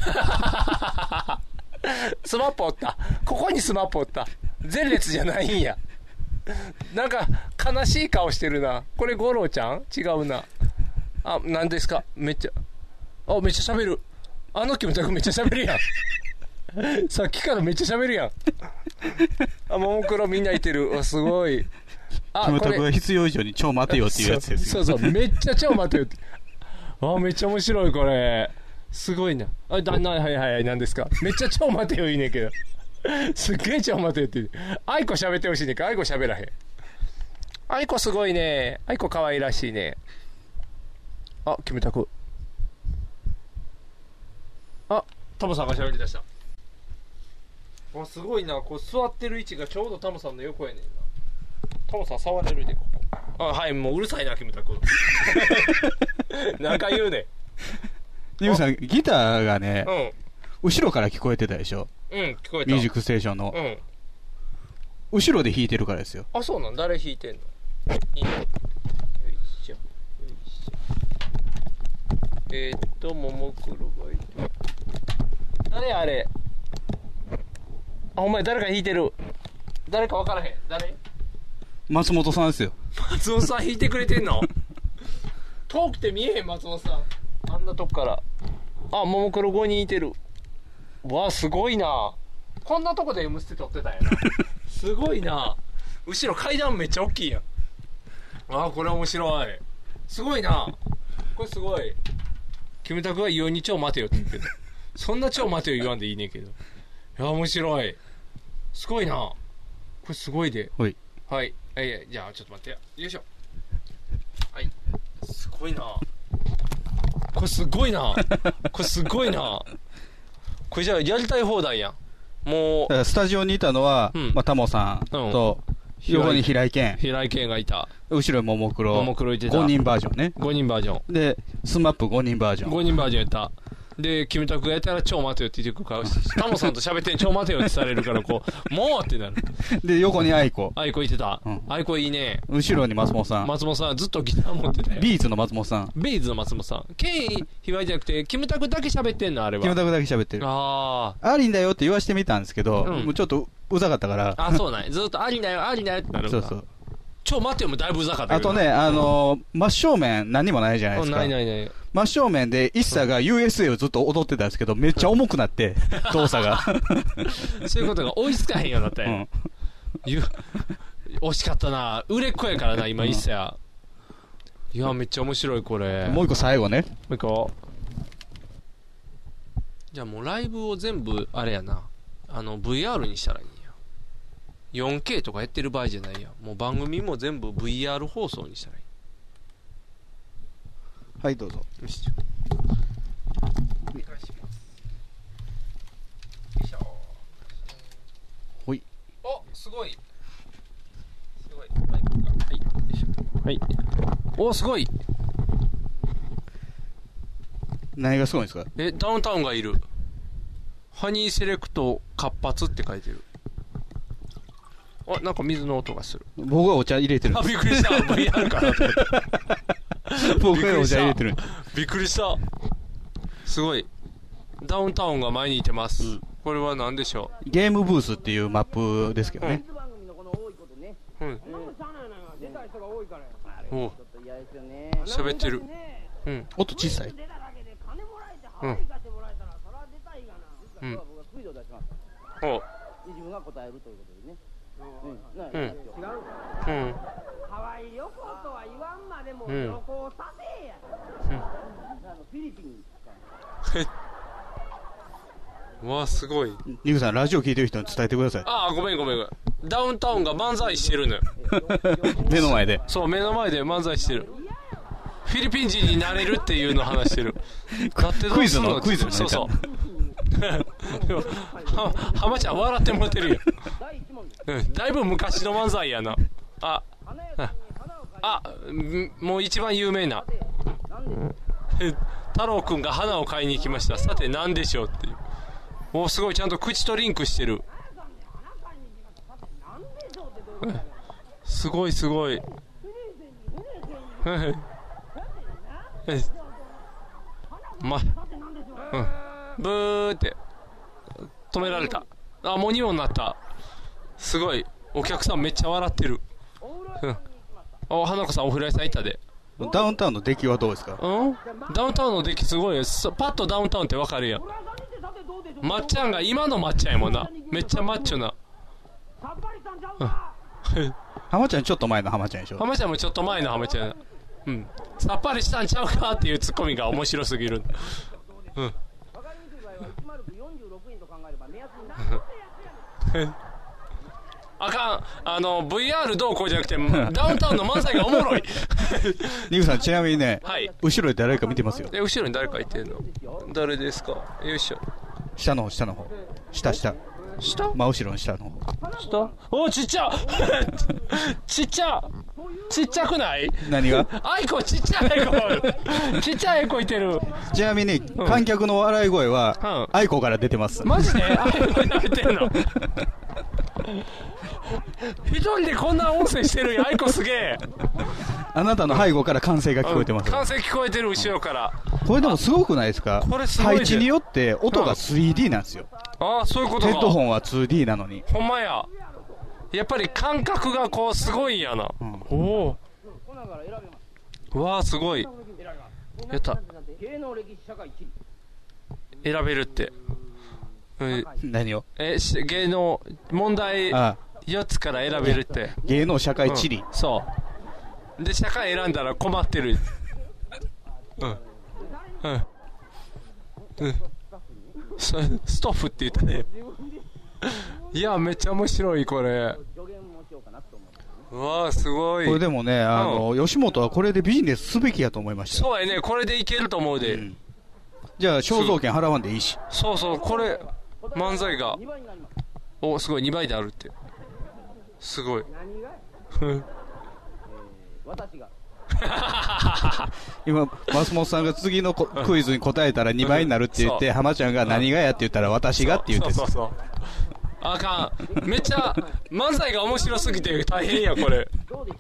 スマップおった。ここにスマップおった。前列じゃないんや。なんか悲しい顔してるな。これ五郎ちゃん？違うな。あ、何ですか？めっちゃ喋る。あのキムタクめっちゃ喋るやん。さっきからめっちゃ喋るやん。あ、ももクロみんないてる。すごい。 キムタクが必要以上に超待てよっていうやつですよ。 そうめっちゃ超待てよって。めっちゃ面白いこれ。すごいな。はい何ですか？めっちゃ超待てよいいねんけど。すっげえ超待てよって。アイコ喋ってほしいねんけど、アイコ喋らへん。アイコすごいね。アイコ可愛らしいね。あ、キムタク。あ、タモさんが喋り出した。すごいな。こう座ってる位置がちょうどタモさんの横やねんな。タモさん触れるでここ。はい、もううるさいなキムタク。なんか言うね。 ニムさんギターがね、後ろから聞こえてたでしょ。 聞こえた。 ミュージックステーションの、後ろで弾いてるからですよ。 あ、そうなん？誰弾いてんの？いいね。よいしょももクロがいて。誰あれ？あ、お前誰か弾いてる。誰か分からへん。誰？ 松本さんですよ。 松本さん弾いてくれてんの？遠くて見えへん松本さん。あんなとこから。あ、ももクロ5人いてる。わあ、すごいな。こんなとこで M ステ撮ってたんやな。すごいな。後ろ階段めっちゃ大きいやん。あ、これ面白い。すごいな。これすごい。キムタクは異様に超待てよって言ってる。そんな超待てよ言わんでいいねんけど。いや、面白い。すごいな。これすごいで。 はい。 はい。じゃあちょっと待って。よいしょ。はい。すごいな。これすごいな。これすごいな。これじゃあやりたい放題やん。もう。 スタジオにいたのは、タモさんと、横に平井堅。 平井堅がいた。 後ろももクロ。 ももクロいてた。 5人バージョンね。 5人バージョン。 で、スマップ5人バージョン。 5人バージョンやった。で、キムタクがやったら超待てよって言ってくるから、タモさんと喋ってん超待てよってされるから、こう、もうってなる。 で、横にアイコ。 アイコいてた。アイコいいね。 後ろに松本さん。 松本さんずっとギター持ってたよ。 ビーズの松本さん。 ビーズの松本さん。ケイひわいじゃなくて、キムタクだけ喋ってんのあれは。 キムタクだけ喋ってる。ありんだよって言わしてみたんですけど、もうちょっとうざかったから。 あ、そうなんや。ずっとありんだよ、ありんだよってなるから。そうそう。超待てよもだいぶうざかったけど。 あとね、真正面何にもないじゃないですか。 ない。 真正面で一茶が USA をずっと踊ってたんですけど、めっちゃ重くなって、動作が。 そういうことが追いつかへんようになったよ。惜しかったな。売れっ子やからな、今一茶。いや、めっちゃ面白いこれ。 もう一個最後ね。 もう一個。じゃあもうライブを全部、あれやな。VR にしたらいいんや。4K とかやってる場合じゃないや。もう番組も全部 VR 放送にしたらいい。 はい、どうぞ。 よし。お願いします。よいしょ。 ほい。 お、すごい。すごい。マイクが。はい。よいしょ。はい。お、すごい。 何がすごいんですか？ ダウンタウンがいる。ハニーセレクト活発って書いてる。あ、なんか水の音がする。 僕はお茶入れてる。 あ、びっくりした。VR かなと思った。 僕はお茶入れてる。 びっくりした。すごい。ダウンタウンが前にいてます。これは何でしょう？ゲームブースっていうマップですけどね。 うん。おう。喋ってる。うん。 音小さい。 うん。うん。お。 自分が答えるということでね。 うん。違う。うん。 ハワイ旅行とは言わんまでも旅行させや。フィリピンですか。わあ、すごい。 ニグさん、ラジオ聞いてる人に伝えてください。 ああ、ごめん。ダウンタウンが漫才してるのよ。 目の前で。 そう、目の前で漫才してる。フィリピン人になれるっていうのを話してる。 クイズのそうそう。浜ちゃん笑ってもらってるよ。だいぶ昔の漫才やな。もう一番有名な。太郎くんが花を買いに行きました。さて何でしょうっていう。お、すごい、ちゃんと口とリンクしてる。すごい。 ブーって止められた。あ、もう2音になった。すごい、お客さんめっちゃ笑ってる。花子さんお風呂屋さん行ったで。 ダウンタウンの出来はどうですか？ ダウンタウンの出来すごいよ。パッとダウンタウンってわかるやん。まっちゃんが今のまっちゃんやもんな。めっちゃマッチョな。 浜ちゃんちょっと前の浜ちゃんでしょ。 浜ちゃんもちょっと前の浜ちゃんや。さっぱりしたんちゃうかっていうツッコミが面白すぎる。あかん、VR どうこうじゃなくてダウンタウンの漫才がおもろい。 ニグさん、ちなみにね、 はい、 後ろで誰か見てますよ。 後ろに誰かいてるの？誰ですか？よいしょ。 下の方下下真後ろの下の方。 下？お、ちっちゃちっちゃくない？ 何が？ アイコ、ちっちゃいアイコちっちゃいアイコいてる。 ちなみに観客の笑い声はアイコから出てます。 マジで？アイコに食べてんの？一人でこんな音声してるよ。アイコすげえ。 あなたの背後から歓声が聞こえてます。 歓声聞こえてる、後ろから。 これでもすごくないですか？ これすごい。 配置によって音が 3D なんですよ。 ああ、そういうことか。 ヘッドホンは 2D なのに。 ほんまや。やっぱり感覚がこうすごいんやな。おお。うわあ、すごい。やった。選べるって。 何を？ 芸能問題4つから選べるって。 芸能社会地理。 そうで、社会選んだら困ってる。ストッフって言ったね。いや、めっちゃ面白いこれ。うわー、すごい。 これでもね、吉本はこれでビジネスすべきやと思いました。 そうやね、これでいけると思うで。 じゃあ肖像権払わんでいいし。 そうそう、これ漫才がお、すごい、2倍であるって。すごい。 今松本さんが次のクイズに答えたら2倍になるって言って、浜ちゃんが何がやって言ったら私がって言って。 そうあかん、めっちゃ漫才が面白すぎて大変やこれ。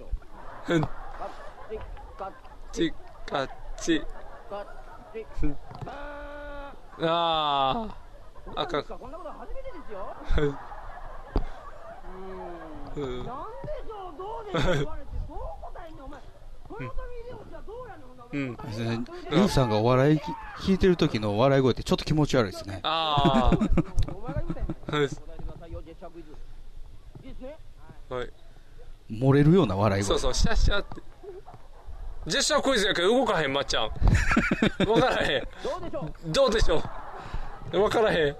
チカチあかん。なんでしょう、どうでしょう、どう答えんのお前。 リュウさんがお笑い聞いてる時の笑い声ってちょっと気持ち悪いですね。 ああ。はい。 漏れるような笑い声。 そう、シャッシャって。ジェスチャークイズやけど動かへん、まっちゃん。わからへん。どうでしょう。わからへん。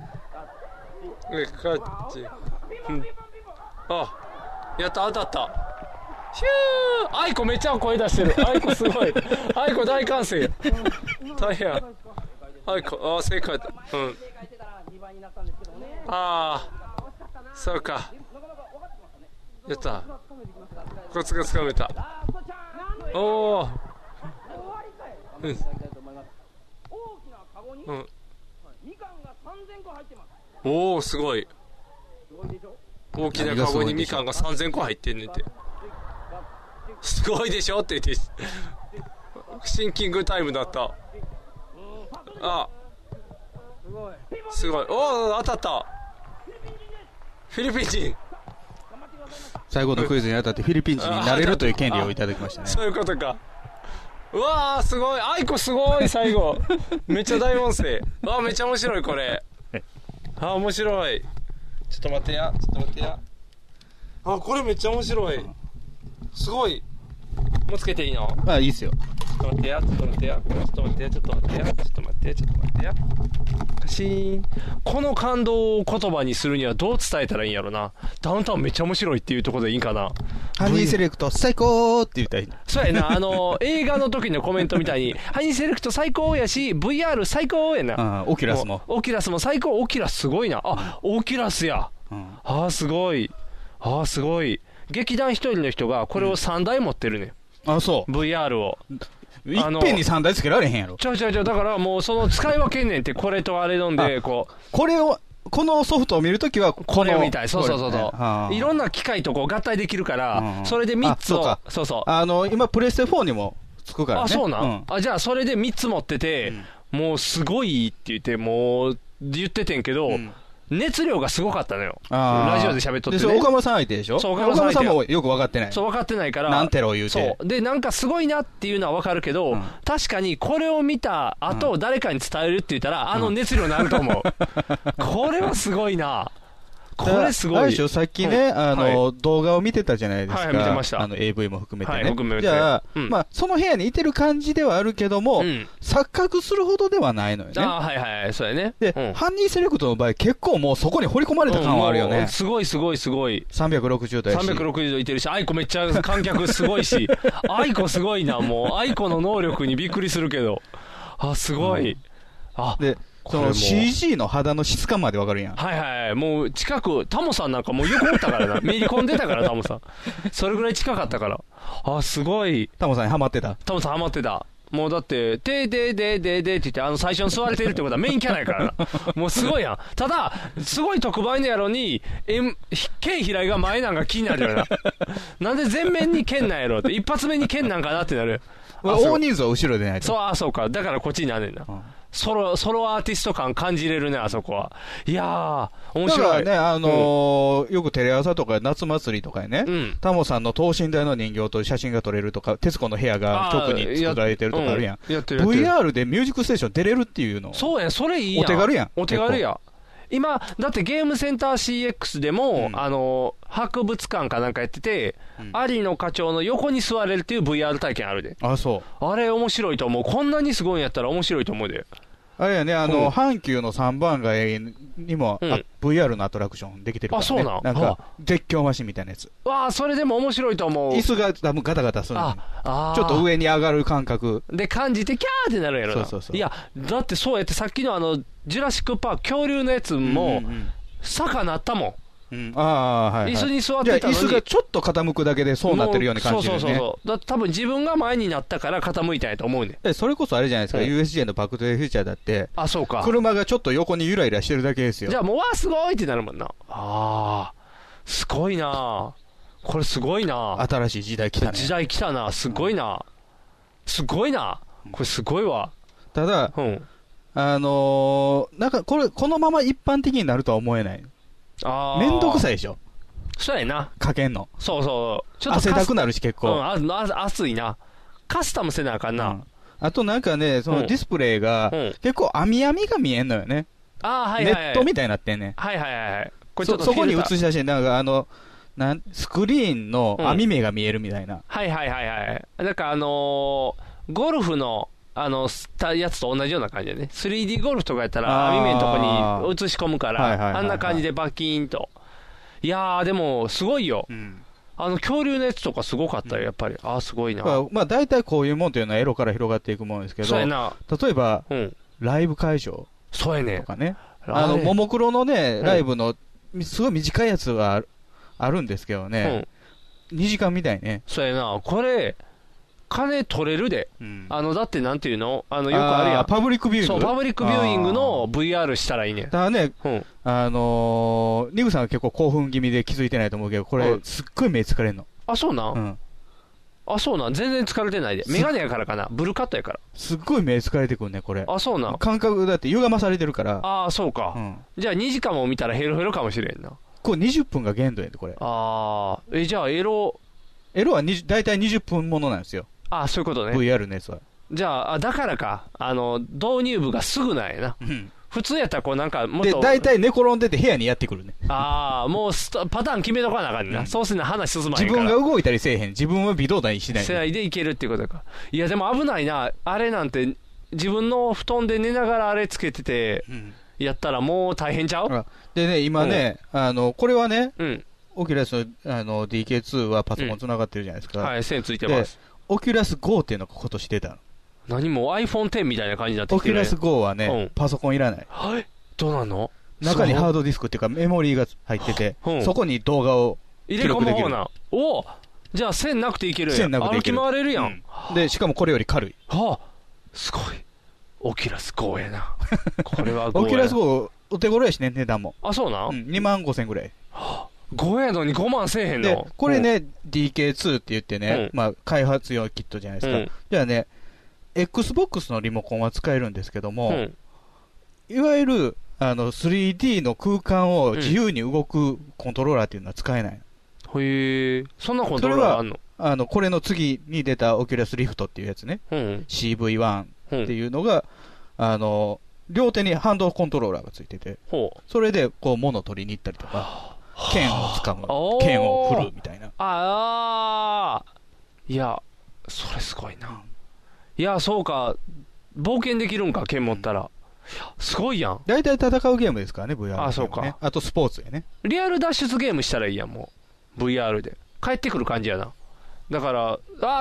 カッチ。あ、やった、当たった。ヒュー、アイコめっちゃ声出してる。アイコすごい。アイコ大歓声。大変や。アイコ、正解だ。そうか。やった。コツがつかめた。おお。おお、すごい。大きなカゴにみかんが3000個入ってんねんて。すごいでしょって言ってシンキングタイムだった。あ、すごい。おお、当たった。フィリピン人。 最後のクイズに当たってフィリピン人になれるという権利をいただきましたね。 そういうことか。うわー、すごい。アイコすごい、最後。めっちゃ大音声。うわー、めっちゃ面白いこれ。あ、面白い。ちょっと待ってや。あ、これめっちゃ面白い。すごい。もうつけていいの？ あ、いいっすよ。 ちょっと待ってや。カシーン。この感動を言葉にするにはどう伝えたらいいんやろな。ダウンタウンめっちゃ面白いっていうところでいいんかな。 ハニーセレクト最高って言ったらいい。 そうやな、映画の時のコメントみたいにハニーセレクト最高やし VR 最高やな。 オキュラスも最高。オキュラスすごいな。あ、オキュラスや。すごい。劇団一人の人がこれを3台持ってるね。 あ、そう。 VR をいっぺんに3台つけられへんやろ。 だからもうその使い分けんねんって。これとあれ飲んでこのソフトを見るときはこれみたい。そう、いろんな機械とこう合体できるから、それで3つを。そう今プレステ4にもつくからね。 あ、そうなん。じゃあそれで3つ持ってて、 もうすごいって言って、もう言っててんけど、熱量がすごかったのよ。ラジオで喋っとってね。 で、岡村さん相手でしょ？ そう、 岡村さんもよく分かってない。 そう、分かってないから。 なんてろ言うて。 そう。で、なんかすごいなっていうのは分かるけど、確かにこれを見た後、誰かに伝えるって言ったら、熱量になると思う。これはすごいな。これすごい。 あれでしょ、さっきね、動画を見てたじゃないですか。 はい、見てました。 AV も含めてね。 含めて。 じゃあ、まあ、その部屋にいてる感じではあるけども、錯覚するほどではないのよね。 はいはい、そうやね。 で、ハンニーセレクトの場合、結構もうそこに掘り込まれた感はあるよね。 すごいすごいすごい。 360度やし。 360度いてるし、アイコめっちゃ観客すごいし、アイコすごいな、もう、アイコの能力にびっくりするけど。すごい。 で、その CG の肌の質感までわかるやん。 はいはい。もう近く、タモさんなんかもうよくおったからな。めり込んでたから、タモさん。それぐらい近かったから。すごい。 タモさんにハマってた。 タモさんハマってた。もうだって、でって言って、最初に座れてるってことはメインキャラやからな。もうすごいやん。ただ、すごい特売のやろに、剣平井が前なんか気になるよな。なんで前面に剣なんやろって、一発目に剣なんかなってなる。 大人数は後ろでないと。 そうか。だからこっちになんねんな。ソロアーティスト感感じれるね、あそこは。いやー、面白い。 だからね、よくテレ朝とか夏祭りとかにね、タモさんの等身大の人形と写真が撮れるとか、徹子の部屋が局に作られてるとかあるやん。VR でミュージックステーション出れるっていうの。 そうや、それいいやん。 お手軽やん。 お手軽やん。今、だってゲームセンター CX でも、博物館かなんかやってて、有野課長の横に座れるっていう VR 体験あるで。 そう。 あれ面白いと思う。こんなにすごいんやったら面白いと思うで。 あれやね、阪急の3番街にも、VR のアトラクションできてるからね。 そうなん。 なんか、絶叫マシンみたいなやつ。 それでも面白いと思う。 椅子が多分ガタガタするの。ちょっと上に上がる感覚。 で、感じてキャーってなるやろな。 そう。 いや、だってそうやってさっきのジュラシックパーク、恐竜のやつも、坂なったもん。 はい。 椅子に座ってたのに。 椅子がちょっと傾くだけでそうなってるように感じるね。 そう。だって多分自分が前になったから傾いたんやと思うね。 それこそあれじゃないですか、USJ のバックトゥザフューチャーだって。 そうか。 車がちょっと横にゆらゆらしてるだけですよ。 じゃあもう、すごいってなるもんな。すごいなこれすごいな新しい時代来たね。 時代来たなすごいなすごいなこれすごいわ。 ただ、なんかこのまま一般的になるとは思えない。めんどくさいでしょ。 そうやな。 かけんの。 そう。 ちょっと汗だくなるし結構。 熱いな。カスタムせなあかんな。 あとなんかね、そのディスプレイが、結構網が見えんのよね。ネットみたいになってんね。 はい。 そこに映し出して、なんかスクリーンの網目が見えるみたいな。 はい。だからゴルフの、やつと同じような感じでね。3D ゴルフとかやったら、網目のとこに映し込むから、あんな感じでバキーンと。いやー、でも、すごいよ。恐竜のやつとかすごかったよ、やっぱり。すごいな。 まあ、大体こういうもんというのはエロから広がっていくもんですけど、例えば、ライブ会場そうやね。 とかね。ももクロのね、ライブの、すごい短いやつはあるんですけどね。2時間みたいね。 そうやな。これ、金取れるで。だってなんていうのよくあるやん。 パブリックビューイング。 そう、パブリックビューイングの VR したらいいね。 だからね、ニグさんは結構興奮気味で気づいてないと思うけど、これ、すっごい目疲れんの。 そうなんそうなん全然疲れてないで。メガネやからかな。ブルーカットやから。 すっごい目疲れてくんね、これ。 そうなん感覚だって歪まされてるから。 そうか。じゃあ2時間も見たらヘロヘロかもしれんな。 これ20分が限度やで、これ。 じゃあエロは大体20分ものなんですよ。 そういうことね。 VR のやつは。 じゃあ、だからか。導入部がすぐなんやな。普通やったらこうなんかもっと。 で、大体寝転んでて部屋にやってくるね。 もうパターン決めとかなあかんねんな。そうすると話進まへんから。 自分が動いたりせえへん。自分は微動だにしない。 せないでいけるっていうことか。いや、でも危ないな。あれなんて、自分の布団で寝ながらあれつけてて、やったらもう大変ちゃう？ でね、今ね、これはね、オキュラスのDK2 はパソコンつながってるじゃないですか。 はい、線ついてます。 オキュラス GO っていうのが今年出たの。 何も iPhone X みたいな感じになってきてる、 オキュラス GO はね、パソコンいらない。 どうなんの？ 中にハードディスクっていうかメモリーが入ってて、そこに動画を入れ込む方な。じゃあ線なくていけるやん。 線なくていける。 歩き回れるやん。 で、しかもこれより軽い。 すごい。オキュラス GO やな。これは GO や。 オキュラス GO お手頃やしね、値段も。 そうなん ？2万5千ぐらい。 5やのに5万せえへんの？ で、これね、DK2 って言ってね、まあ、開発用キットじゃないですか。じゃあね、 Xbox のリモコンは使えるんですけども、いわゆる3D の空間を自由に動くコントローラーっていうのは使えない。 へえ、そんなコントローラーあんの？ これの次に出たオキュラスリフトっていうやつね、CV1 っていうのが、両手にハンドコントローラーがついてて、それでこう物を取りに行ったりとか、剣を掴む、剣を振るみたいな。 いや、それすごいな。いや、そうか、冒険できるんか、剣持ったら。すごいやん。 大体戦うゲームですからね、VR、ね。 あ、そうか。 あとスポーツやね。 リアル脱出ゲームしたらいいやん、もう。VR で。帰ってくる感じやな。だから、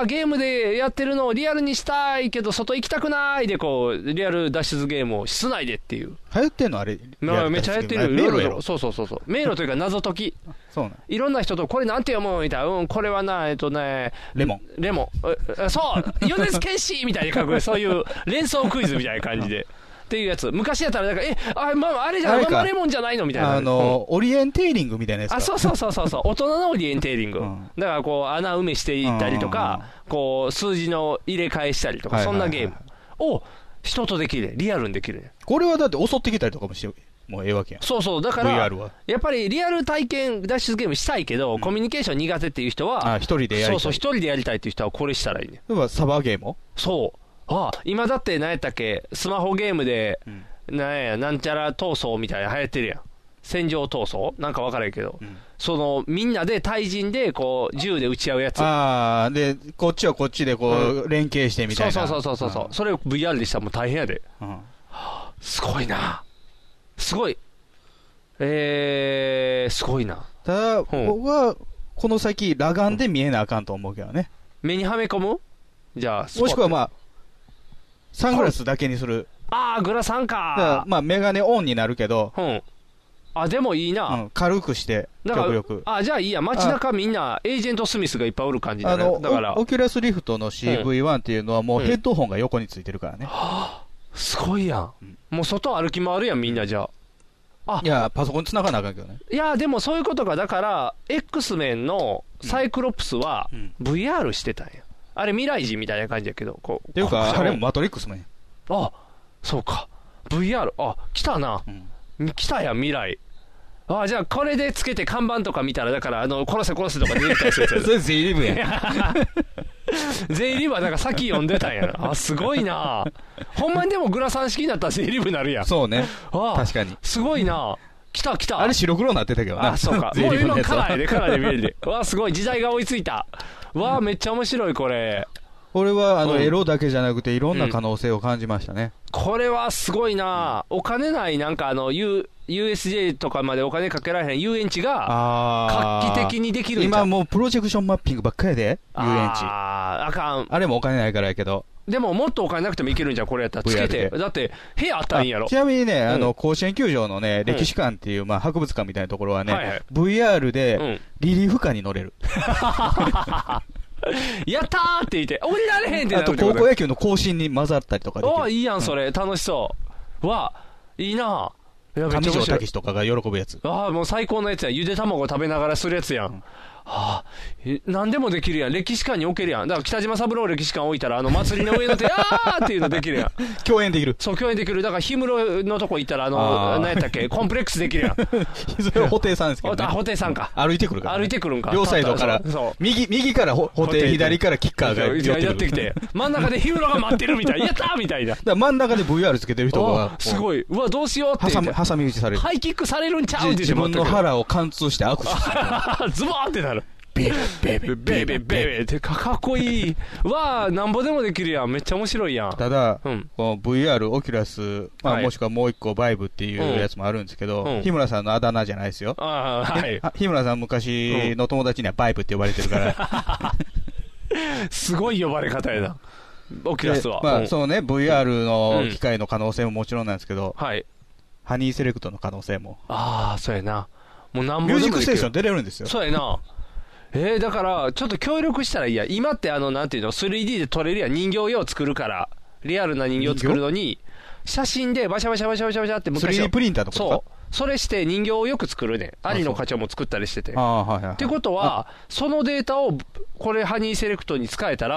ゲームでやってるのをリアルにしたいけど、外行きたくないで、こう、リアル脱出ゲームを室内でっていう。 流行ってんのあれ。 めっちゃ流行ってる。 迷路やろ。 そう。迷路というか謎解き。 そうなん。 いろんな人と、これなんて読むみたいな。これはな、レモン。そう、米津玄師みたいに書く、そういう連想クイズみたいな感じで。っていうやつ。昔やったら、なんか、あれじゃん、ママレモンじゃないのみたいな。 オリエンテーリングみたいなやつか。 そう。大人のオリエンテーリング。だから、こう、穴埋めしていったりとか、こう、数字の入れ替えしたりとか、そんなゲームを人とできる。リアルにできる。 これはだって襲ってきたりとかもして、もうええわけやん。 そう。だから、やっぱりリアル体験脱出ゲームしたいけど、コミュニケーション苦手っていう人は、 一人でやりたい。 そう、一人でやりたいっていう人はこれしたらいいね。 例えばサバーゲームもそう。今だって何やったっけ、スマホゲームで、なんちゃら闘争みたいな流行ってるやん。戦場闘争なんか分からんけど、みんなで対人でこう銃で撃ち合うやつ。 でこっちはこっちでこう、連携してみたいな。 そう、それを VR でしたらもう大変やで。すごいな。すごい。すごいな。 ただ、僕はこの先裸眼で見えなあかんと思うけどね。 目にはめ込む？じゃあもしくはサングラスだけにする。 グラサンか。 メガネオンになるけど。 でもいいな。 軽くして、極力。 じゃあいいや。街中みんな、エージェント・スミスがいっぱいおる感じだね。だから。 オキュラスリフトの CV1 っていうのはもうヘッドホンが横についてるからね。 すごいやん。もう外歩き回るやん、みんなじゃあ。 いや、パソコンに繋がなあかんけどね。 いや、でもそういうことか。だから、X メンのサイクロプスは VR してたんや。あれ未来人みたいな感じやけど。 っていうか、あれもマトリックスもんや。 そうか。VR、来たな。来たやん、未来。じゃあ、これでつけて看板とか見たら、だから、殺せとか出てきたりするやつ。 それ税理部や。 税理部はなんか先読んでたんやな。すごいな。ほんまにでもグラサン式になったら税理部になるやん。 そうね。確かに。 すごいな。来た。 あれ白黒になってたけどな。 そうか。もう今カラーで見えるで。すごい。時代が追いついた。めっちゃ面白い、これ。 これはエロだけじゃなくていろんな可能性を感じましたね。 これはすごいな。お金ないなんかUSJ とかまでお金かけられへん遊園地が画期的にできるんちゃう。 今もうプロジェクションマッピングばっかりで遊園地。 あかん。 あれもお金ないからやけど。 でももっとお金なくてもいけるんじゃん、これやったら。つけて。だって部屋あったらいいんやろ。 ちなみにね、甲子園球場のね、歴史館っていう博物館みたいなところはね、VR でリリーフカーに乗れる。 やったーって言って、降りられへんってなる。 あと高校野球の行進に混ざったりとかできる。 いいやん、それ。楽しそう。いいな。 上条武とかが喜ぶやつ。 もう最高のやつや。ゆで卵食べながらするやつやん。何でもできるやん。歴史館に置けるやん。だから北島三郎歴史館置いたら、祭りの上の手、っていうのできるやん。 共演できる。 そう、共演できる。だから、氷室のとこ行ったら、何やったっけ、コンプレックスできるやん。 それは布袋さんですけどね。 布袋さんか。 歩いてくるから。 歩いてくるんか。 両サイドから。右から布袋、左からキッカーがやってきて。真ん中で氷室が待ってるみたい。やったーみたいな。 真ん中で VR つけてる人が。 すごい。どうしようって。 挟み撃ちされる。 ハイキックされるんちゃうって自分の腹を貫通して握手する。ズボーってなる。ベベってかっこいい。なんぼでもできるやん。めっちゃ面白いやん。 ただ、この VR、オキュラス、もしくはもう一個バイブっていうやつもあるんですけど、日村さんのあだ名じゃないですよ。日村さん昔の友達にはバイブって呼ばれてるから。 すごい呼ばれ方やな。オキュラスは。 そうね、VR の機械の可能性ももちろんなんですけど、ハニーセレクトの可能性も。 そうやな。もうミュージックステーション出れるんですよ。 そうやな。だから、ちょっと協力したらいいや。今ってなんていうの、3D で撮れるやん。人形用作るから。リアルな人形作るのに、写真でバシャバシャって昔 3D プリンターとかそう。それして人形をよく作るねん。有野課長も作ったりしてて。ってことは、そのデータを、これハニーセレクトに使えたら、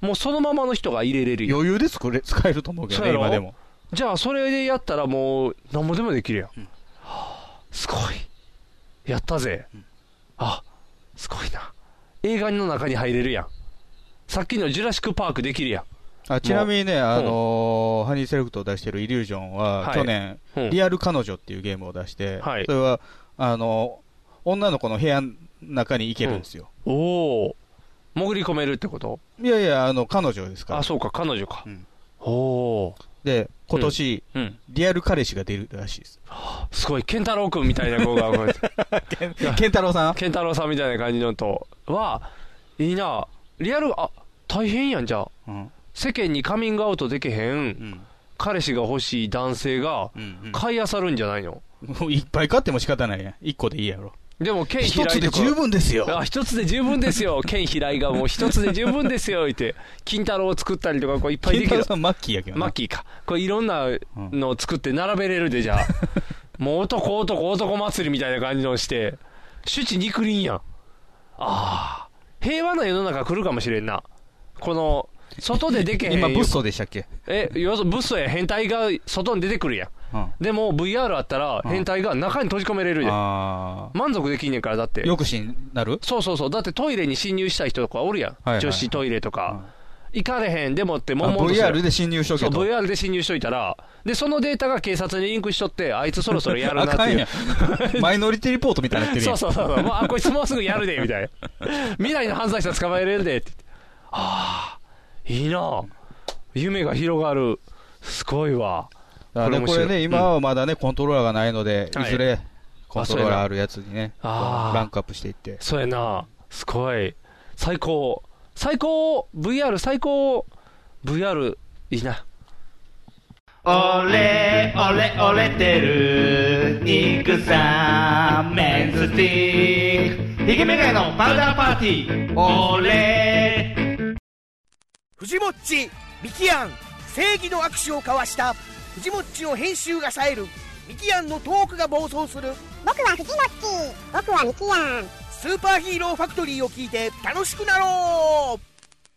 もうそのままの人が入れれるよ。 余裕で使えると思うけどね、今でも。 じゃあ、それでやったらもう、何もでもできるやん。すごい。やったぜ。あ、すごいな。映画の中に入れるやん。さっきのジュラシックパークできるやん。 ちなみにね、ハニーセレクトを出してるイリュージョンは、去年、リアル彼女っていうゲームを出して、それは、女の子の部屋の中に行けるんですよ。 おお。潜り込めるってこと？ いやいや、彼女ですから。 あ、そうか、彼女か。おお。 で、今年、リアル彼氏が出るらしいです。 すごい、ケンタロウ君みたいな子が、 ケンタロウさんケンタロウさんみたいな感じのとは、いいな。リアル、大変やん、じゃあ。世間にカミングアウトできへん、彼氏が欲しい男性が、買い漁るんじゃないの？ いっぱい買っても仕方ないやん。1個でいいやろ。 でも、剣平井一つで十分ですよ。 一つで十分ですよ。剣平井がもう一つで十分ですよ、言って。金太郎を作ったりとか、こういっぱいできる。 金太郎さんマッキーやけどな。 マッキーか。これいろんなのを作って並べれるで、じゃあ。もう男祭りみたいな感じのをして、主治肉林やん。平和な世の中来るかもしれんな。この、外ででけへん。 今、ブッソでしたっけ？ ブッソや変態が外に出てくるやん。でも VR あったら変態が中に閉じ込めれるじゃん。満足できんねんから、だって。 抑止になる？ そう。だってトイレに侵入した人とかおるやん。女子トイレとか。行かれへんでもって VR で侵入しとけと。 そう、VR で侵入しといたら、で、そのデータが警察にリンクしとって、あいつそろそろやるなっていう。 マイノリティリポートみたいになってるやん。 そう。こいつもうすぐやるで、みたいな。未来の犯罪者捕まえれるで、って。いいな夢が広がる。すごいわ。 これね、今はまだね、コントローラーがないので、いずれ、コントローラーあるやつにね、ランクアップしていって。 そうやな。すごい。最高。VR 最高。VR、いいな。 俺てる、肉さん、メンズティック、ヒゲメガネのパウダーパーティー、 藤もっち、ミキアン、正義の握手を交わした藤もっちの編集が冴えるミキアンのトークが暴走する僕は藤もっち、僕はミキアン、 スーパーヒーローファクトリーを聞いて楽しくなろう。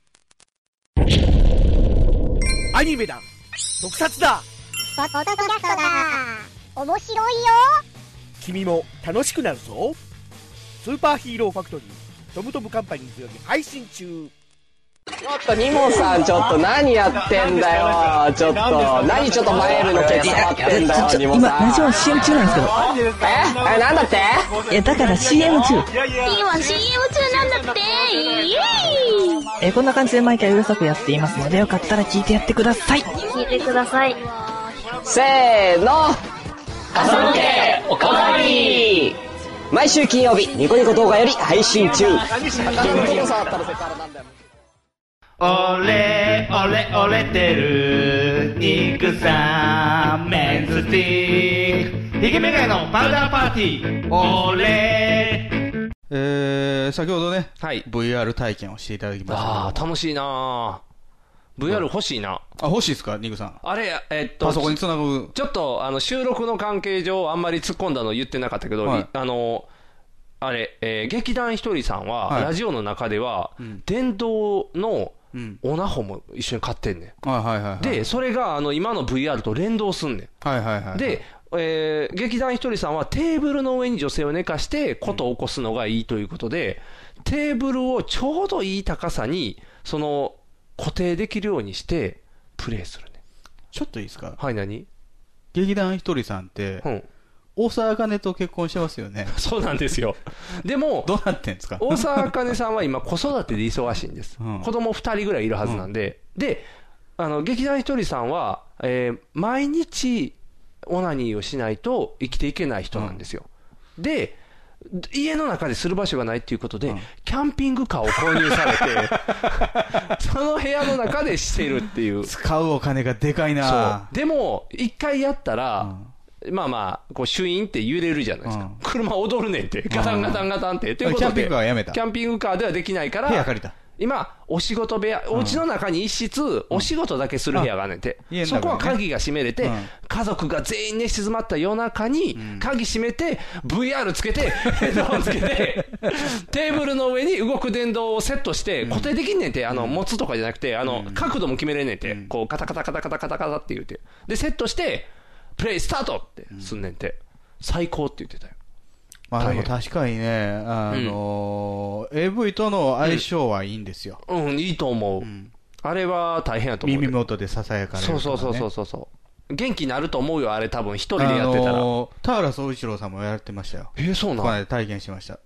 アニメだ、特撮だ、 ポッドキャストだ、面白いよ。 君も楽しくなるぞ。スーパーヒーローファクトリー、トムトムカンパニーズより配信中。 ちょっとニモさん、ちょっと何やってんだよ。ちょっと何ちょっとマイルのケツ触ってんだよ、ニモさん。 今ラジオ CM 中なんですけど。 なんだって？ だから CM 中。 今 CM 中なんだって。イエーイ。 こんな感じで毎回うるさくやっていますので、よかったら聞いてやってください。 聞いてください。 せーの。朝向けおかわり。毎週金曜日ニコニコ動画より配信中。 俺てる、肉さん、メンズティック、ヒゲメガネのパウダーパーティー、 先ほどね、VR 体験をしていただきましたけど。 楽しいなVR 欲しいな。 欲しいですか、ニグさん。 あれ、 パソコンにつなぐ。 ちょっと、収録の関係上、あんまり突っ込んだの言ってなかったけど、劇団ひとりさんは、ラジオの中では、電動の、オナホも一緒に買ってんねん。で、それが今の VR と連動すんねん。で、劇団ひとりさんはテーブルの上に女性を寝かしてことを起こすのがいいということで、テーブルをちょうどいい高さに固定できるようにしてプレイするね。 ちょっといいですか？ はい、何？ 劇団ひとりさんって、大沢あかねと結婚してますよね。 そうなんですよ。でも、 どうなってんですか？ 大沢あかねさんは今子育てで忙しいんです。子供2人ぐらいいるはずなんで。で、劇団ひとりさんは、毎日オナニーをしないと生きていけない人なんですよ。で、家の中でする場所がないっていうことで、キャンピングカーを購入されて、その部屋の中でしてるっていう。 使うお金がでかいな。 でも、一回やったら、まあまあ、シュイーンって揺れるじゃないですか。車踊るねんって。ガタンガタンガタンって。ということで、 キャンピングカーはやめた。 キャンピングカーではできないから、 部屋借りた。 今、お仕事部屋、お家の中に一室、お仕事だけする部屋があんねんて。そこは鍵が閉めれて、家族が全員寝静まった夜中に、鍵閉めて、VR つけて、ヘッドホンつけて、テーブルの上に動く電動をセットして、固定できんねんて。持つとかじゃなくて、角度も決めれんねんて。こう、カタカタカタカタカタカタって言うて。で、セットして、プレイスタートってすんねんて。最高って言ってたよ。 まあでも確かにね、AV との相性はいいんですよ。 いいと思う。あれは大変やと思う。 耳元で囁かれるとかね。 そう。元気になると思うよ、あれ多分一人でやってたら。 田原総一郎さんもやってましたよ。 そうなん？ この間体験しました。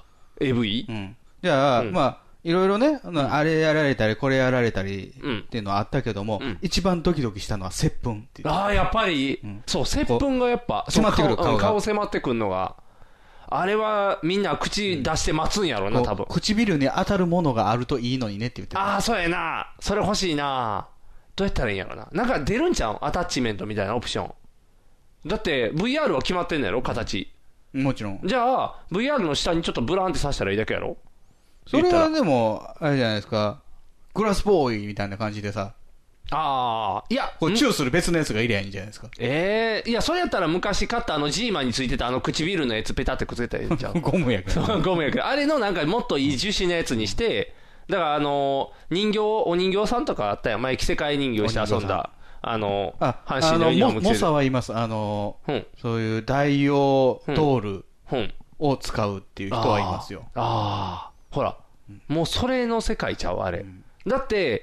AV？ じゃあ、まあ、いろいろね、あれやられたり、これやられたりっていうのはあったけども、一番ドキドキしたのは接吻っていう。 ああ、やっぱり、そう、接吻がやっぱ、 迫ってくる顔迫ってくるのが。あれはみんな口出して待つんやろな、多分。 唇に当たるものがあるといいのにねって言ってた。 ああ、そうやな。それ欲しいな。どうやったらいいんやろな。なんか出るんちゃう？アタッチメントみたいなオプション。だって VR は決まってんのやろ、形。 もちろん。 じゃあ、VR の下にちょっとブランって刺したらいいだけやろ。 それはでも、あれじゃないですか。グラスボーイみたいな感じでさ。 ああ、いや、 こうチューする別のやつがいりゃいいんじゃないですか。 いや、それやったら昔買ったジーマについてた唇のやつペタってくっつけたらいいんちゃう？ ゴムやけど。 ゴムやけど。あれのなんかもっといい樹脂のやつにして、だからお人形さんとかあったよ。前着せ替え人形して遊んだ。阪神のユニフォーム着てる。 モサはいます。そういう代用ドールを使うっていう人はいますよ。 ほら、もうそれの世界ちゃう、あれ。だって、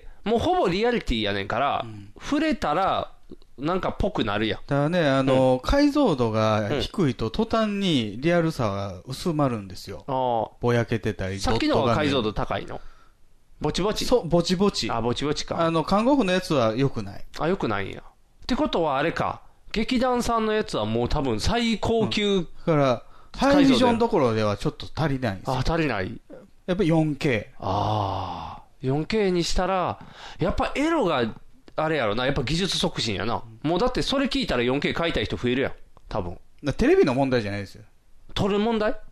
もうほぼリアリティやねんから、触れたら、なんかぽくなるやん。 だからね、解像度が低いと途端にリアルさが薄まるんですよ。ぼやけてたり、 さっきの方が解像度高いの？ぼちぼち？ そう、ぼちぼち。 ぼちぼちか。 看護婦のやつは良くない。 良くないんや。ってことはあれか、劇団さんのやつはもう多分最高級。 だから、ハイビジョンどころではちょっと足りないんですよ。 足りない。 やっぱり 4K。 4K にしたら、やっぱエロが、あれやろな、やっぱ技術促進やな。もうだってそれ聞いたら 4K 買いたい人増えるやん。多分。 テレビの問題じゃないですよ。 撮る問題？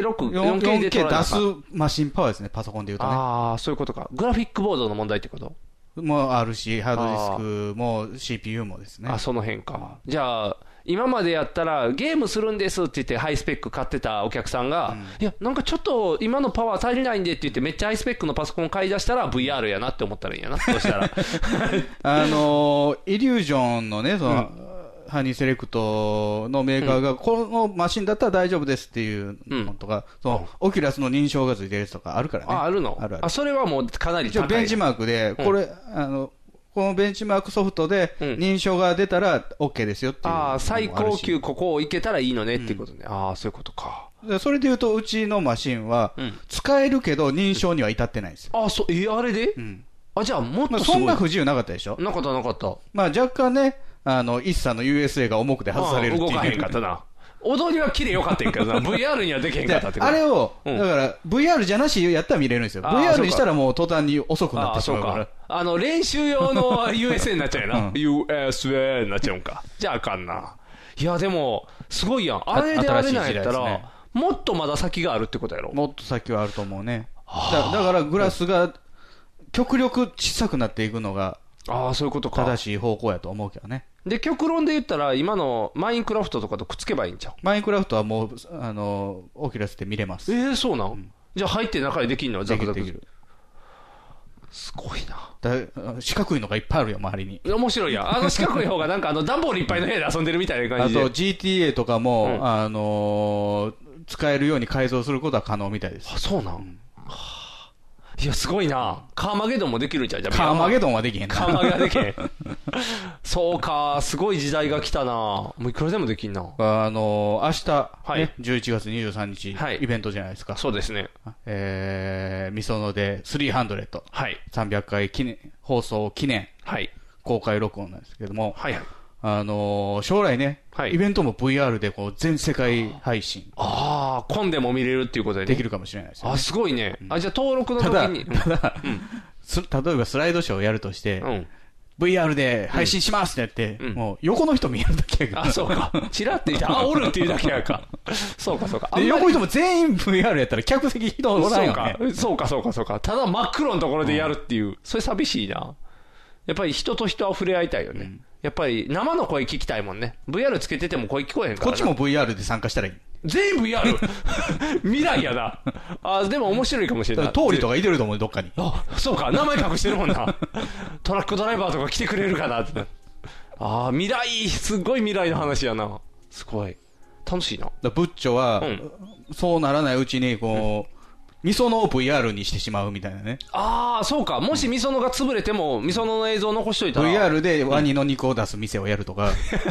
4K で撮ら出すマシンパワーですね、パソコンで言うとね。 そういうことか。グラフィックボードの問題ってこともあるし、ハードディスクも CPU もですね。 その辺か。じゃあ、今までやったらゲームするんですって言ってハイスペック買ってたお客さんが、いや、なんかちょっと今のパワー足りないんでって言ってめっちゃハイスペックのパソコン買い出したら VR やなって思ったらいいんやな、そしたら。 イリュージョンのね、ハニーセレクトのメーカーが、このマシンだったら大丈夫ですっていうのとか、オキュラスの認証がついてるやつとかあるからね。 あるの？それはもうかなり高い。 ベンチマークで、これ、このベンチマークソフトで認証が出たら OK ですよっていう。 最高級ここをいけたらいいのねっていうことね。そういうことか。 それでいうと、うちのマシンは、使えるけど認証には至ってないんですよ。 あれで？じゃあもっとすごい。 そんな不自由なかったでしょ？ なかった。 まあ若干ね、一茶の USA が重くて外されるっていう。 動かへんかったな。踊りは綺麗よかったんけどな。VR にはできへんかったってこと。 あれを、だから、VR じゃなしやったら見れるんですよ。VR にしたらもう途端に遅くなってしまうから。 練習用の USA になっちゃうよな。USA になっちゃうんか。じゃああかんな。いや、でも、すごいやん。あれであれなんやったら、もっとまだ先があるってことやろ。 もっと先はあると思うね。だからグラスが極力小さくなっていくのが、 そういうことか。 正しい方向やと思うけどね。 で、極論で言ったら、今のマインクラフトとかとくっつけばいいんちゃう？ マインクラフトはもう、オキュラスで見れます。 そうなん？じゃあ入って中でできんの？ザクザク。 できる。 すごいな。 四角いのがいっぱいあるよ、周りに。 面白いやん。四角い方がなんか段ボールいっぱいの部屋で遊んでるみたいな感じで。 あと GTA とかも、使えるように改造することは可能みたいです。 そうなん？いや、すごいな。カーマゲドンもできるんちゃう？ カーマゲドンはできへんな。 カーマゲドンはできへん。そうか、すごい時代が来たな。もういくらでもできんな。 明日、11月23日、イベントじゃないですか。 そうですね。 みそので300、300回放送記念、公開録音なんですけども、将来ね、イベントも VR でこう全世界配信。 コンでも見れるっていうことでできるかもしれないですよね。 すごいね。じゃあ登録の時に。 ただ、例えばスライドショーをやるとして、 VR で配信しますってやって、もう横の人見えるだけやから。 あ、そうか。チラって言って、あ、おるっていうだけやか。そうか、そうか。 で、横の人も全員 VR やったら客席人おらんよね。 そうか。ただ真っ黒のところでやるっていう。それ寂しいな。やっぱり人と人は触れ合いたいよね。やっぱり生の声聞きたいもんね。VR つけてても声聞こえへんからな。 こっちも VR で参加したらいい。 全員 VR 未来やな。あ、でも面白いかもしれない。 通りとかいてると思う、どっかに。 あ、そうか。名前隠してるもんな。トラックドライバーとか来てくれるかなって。ああ、未来、すごい未来の話やな。すごい。楽しいな。 ブッチョは、そうならないうちに、こう、みそのを VR にしてしまうみたいなね。 ああ、そうか。もしみそのが潰れても、みそのの映像残しといたら。 VR でワニの肉を出す店をやるとか。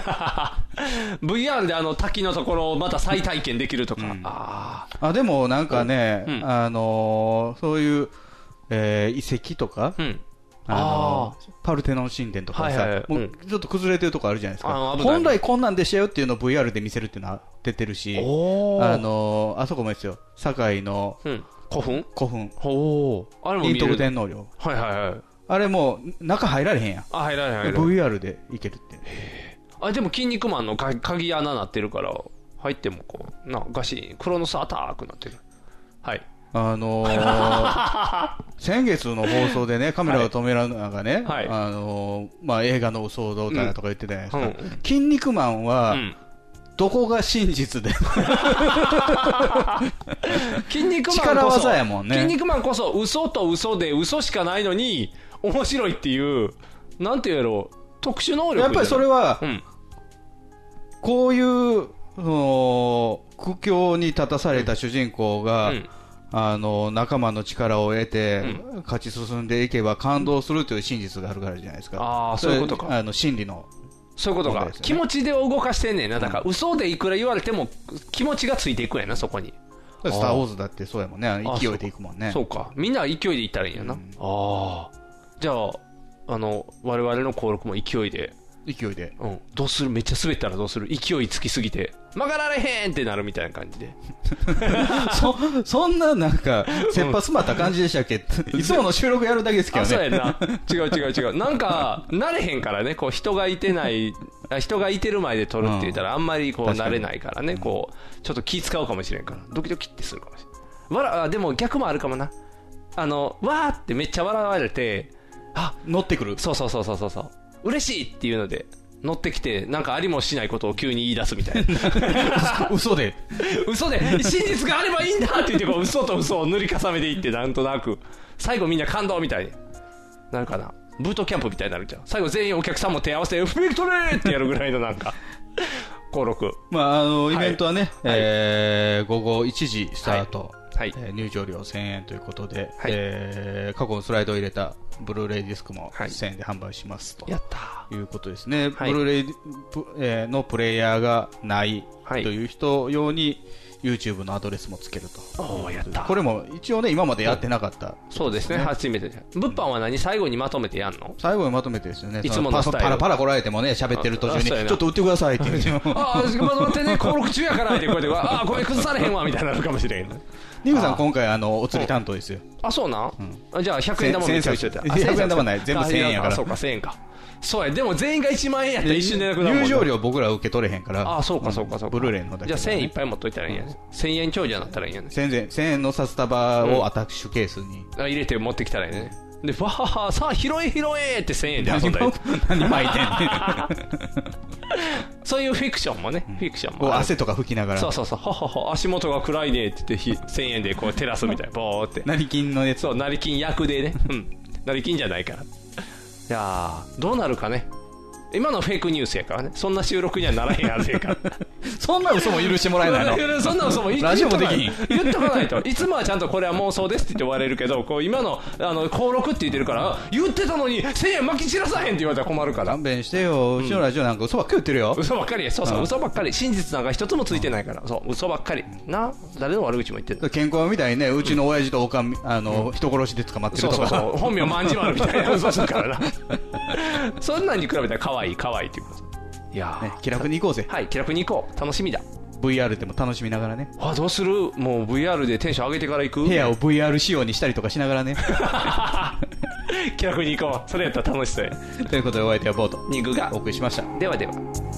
VR で滝のところをまた再体験できるとか。 でもなんかね、そういう、遺跡とか、パルテノン神殿とかさ、もうちょっと崩れてるとこあるじゃないですか。本来こんなんでしたよっていうのを VR で見せるっていうのは出てるし、あそこもですよ、堺の、 古墳あれも陰徳天皇陵。あれも中入られへんやん。 入られへん。 VR でいけるって。 でも筋肉マンの鍵穴なってるから、入ってもこう、ガシン、クロノスアタックなってる。はい。 先月の放送でね、カメラを止めらながね、映画の嘘をどうだとか言ってたじゃないですか。筋肉マンは、どこが真実で筋肉マン力技やもんね。 筋肉マンこそ嘘と嘘で嘘しかないのに面白いっていう、なんていうやろう、特殊能力。 やっぱりそれは、こういう苦境に立たされた主人公が、仲間の力を得て、勝ち進んでいけば感動するという真実があるからじゃないですか。 ああ、そういうことか。 心理の。 そういうことか。気持ちで動かしてんねんな。だから、嘘でいくら言われても、気持ちがついていくんやな、そこに。 スター・ウォーズだってそうやもんね。勢いでいくもんね。 そうか。みんな勢いでいったらいいんやな。ああ。じゃあ、我々の登録も勢いで。どうする？めっちゃ滑ったらどうする？勢いつきすぎて。曲がられへんってなるみたいな感じで。 そんななんか、切羽詰まった感じでしたっけ？いつもの収録やるだけですけどね。 そうやな。違う。なんか、慣れへんからね、こう人がいてる前で撮るって言ったらあんまりこう慣れないからね、こう、ちょっと気使うかもしれんから、ドキドキってするかもしれん。でも逆もあるかもな。わーってめっちゃ笑われて、 乗ってくる。 そう。嬉しいっていうので、乗ってきて、なんかありもしないことを急に言い出すみたいな。 嘘で、 真実があればいいんだって言って、こう嘘と嘘を塗り重ねていって、なんとなく、最後みんな感動みたいになるかな。ブートキャンプみたいになるじゃん。最後全員お客さんも手合わせて、ビクトリーってやるぐらいのなんか、登録。 イベントはね、午後1時スタート。入場料1000円ということで、過去のスライドを入れたブルーレイディスクも1000円で販売しますということですね。ブルーレイのプレイヤーがないという人用に YouTube のアドレスもつけると。これも一応ね、今までやってなかった。 そうですね、初めて。物販は何？最後にまとめてやんの？ 最後にまとめてですよね。 いつものスタイル。 パラパラ来られてもね、喋ってる途中に、ちょっと売ってくださいって言って。 まだ待ってね、登録中やからってこうやって、これ崩されへんわみたいになるかもしれん。 ニグさん今回お釣り担当ですよ。 そうなん？じゃあ100円玉も一緒にしといて。 100円玉ない。全部1000円やから。 そうか、1000円か。そうや、でも全員が1万円やったら一瞬でなくなるもん。 入場料僕ら受け取れへんから。 そうか。 ブルーレイのだけ。 じゃあ1000円いっぱい持っといたらいいんやね。1000円長者になったらいいんやね。 1000円の札束をアタッシュケースに。 入れて持ってきたらいいね。で、わはは、さあ、拾えって1000円で遊んだり。 何巻いてんねそういうフィクションもね、 汗とか拭きながら。 そう、足元が暗いねって言って、1000円でこう照らすみたいな、ボーって。 成金のやつ。 そう、成金役でね。成金じゃないから。いやー、どうなるかね。今のフェイクニュースやからね。そんな収録にはならへんはずやから。 そんな嘘も許してもらえないの？ そんな嘘もラジオもできひん。 言っとかないと。いつもはちゃんとこれは妄想ですって言って終われるけど、こう今の登録って言ってるから、言ってたのに1000円巻き散らさへんって言われたら困るから。 勘弁してよ。うちのラジオなんか嘘ばっかり言ってるよ。 嘘ばっかり。そう、嘘ばっかり。真実なんか一つもついてないから。そう、嘘ばっかり。な、誰の悪口も言ってる。 健康みたいにね、うちの親父とおかん、人殺しで捕まってるとか。 そう、本名万事丸みたいな嘘するからな。そんなんに比べたら可愛いっていうこと。いやー、気楽に行こうぜ。 はい、気楽に行こう。楽しみだ。 VR でも楽しみながらね。 どうする？もう VR でテンション上げてから行く？ 部屋を VR 仕様にしたりとかしながらね。 気楽に行こう。それやったら楽しそうや。 ということでお相手はボート肉がお送りしました。 ではでは。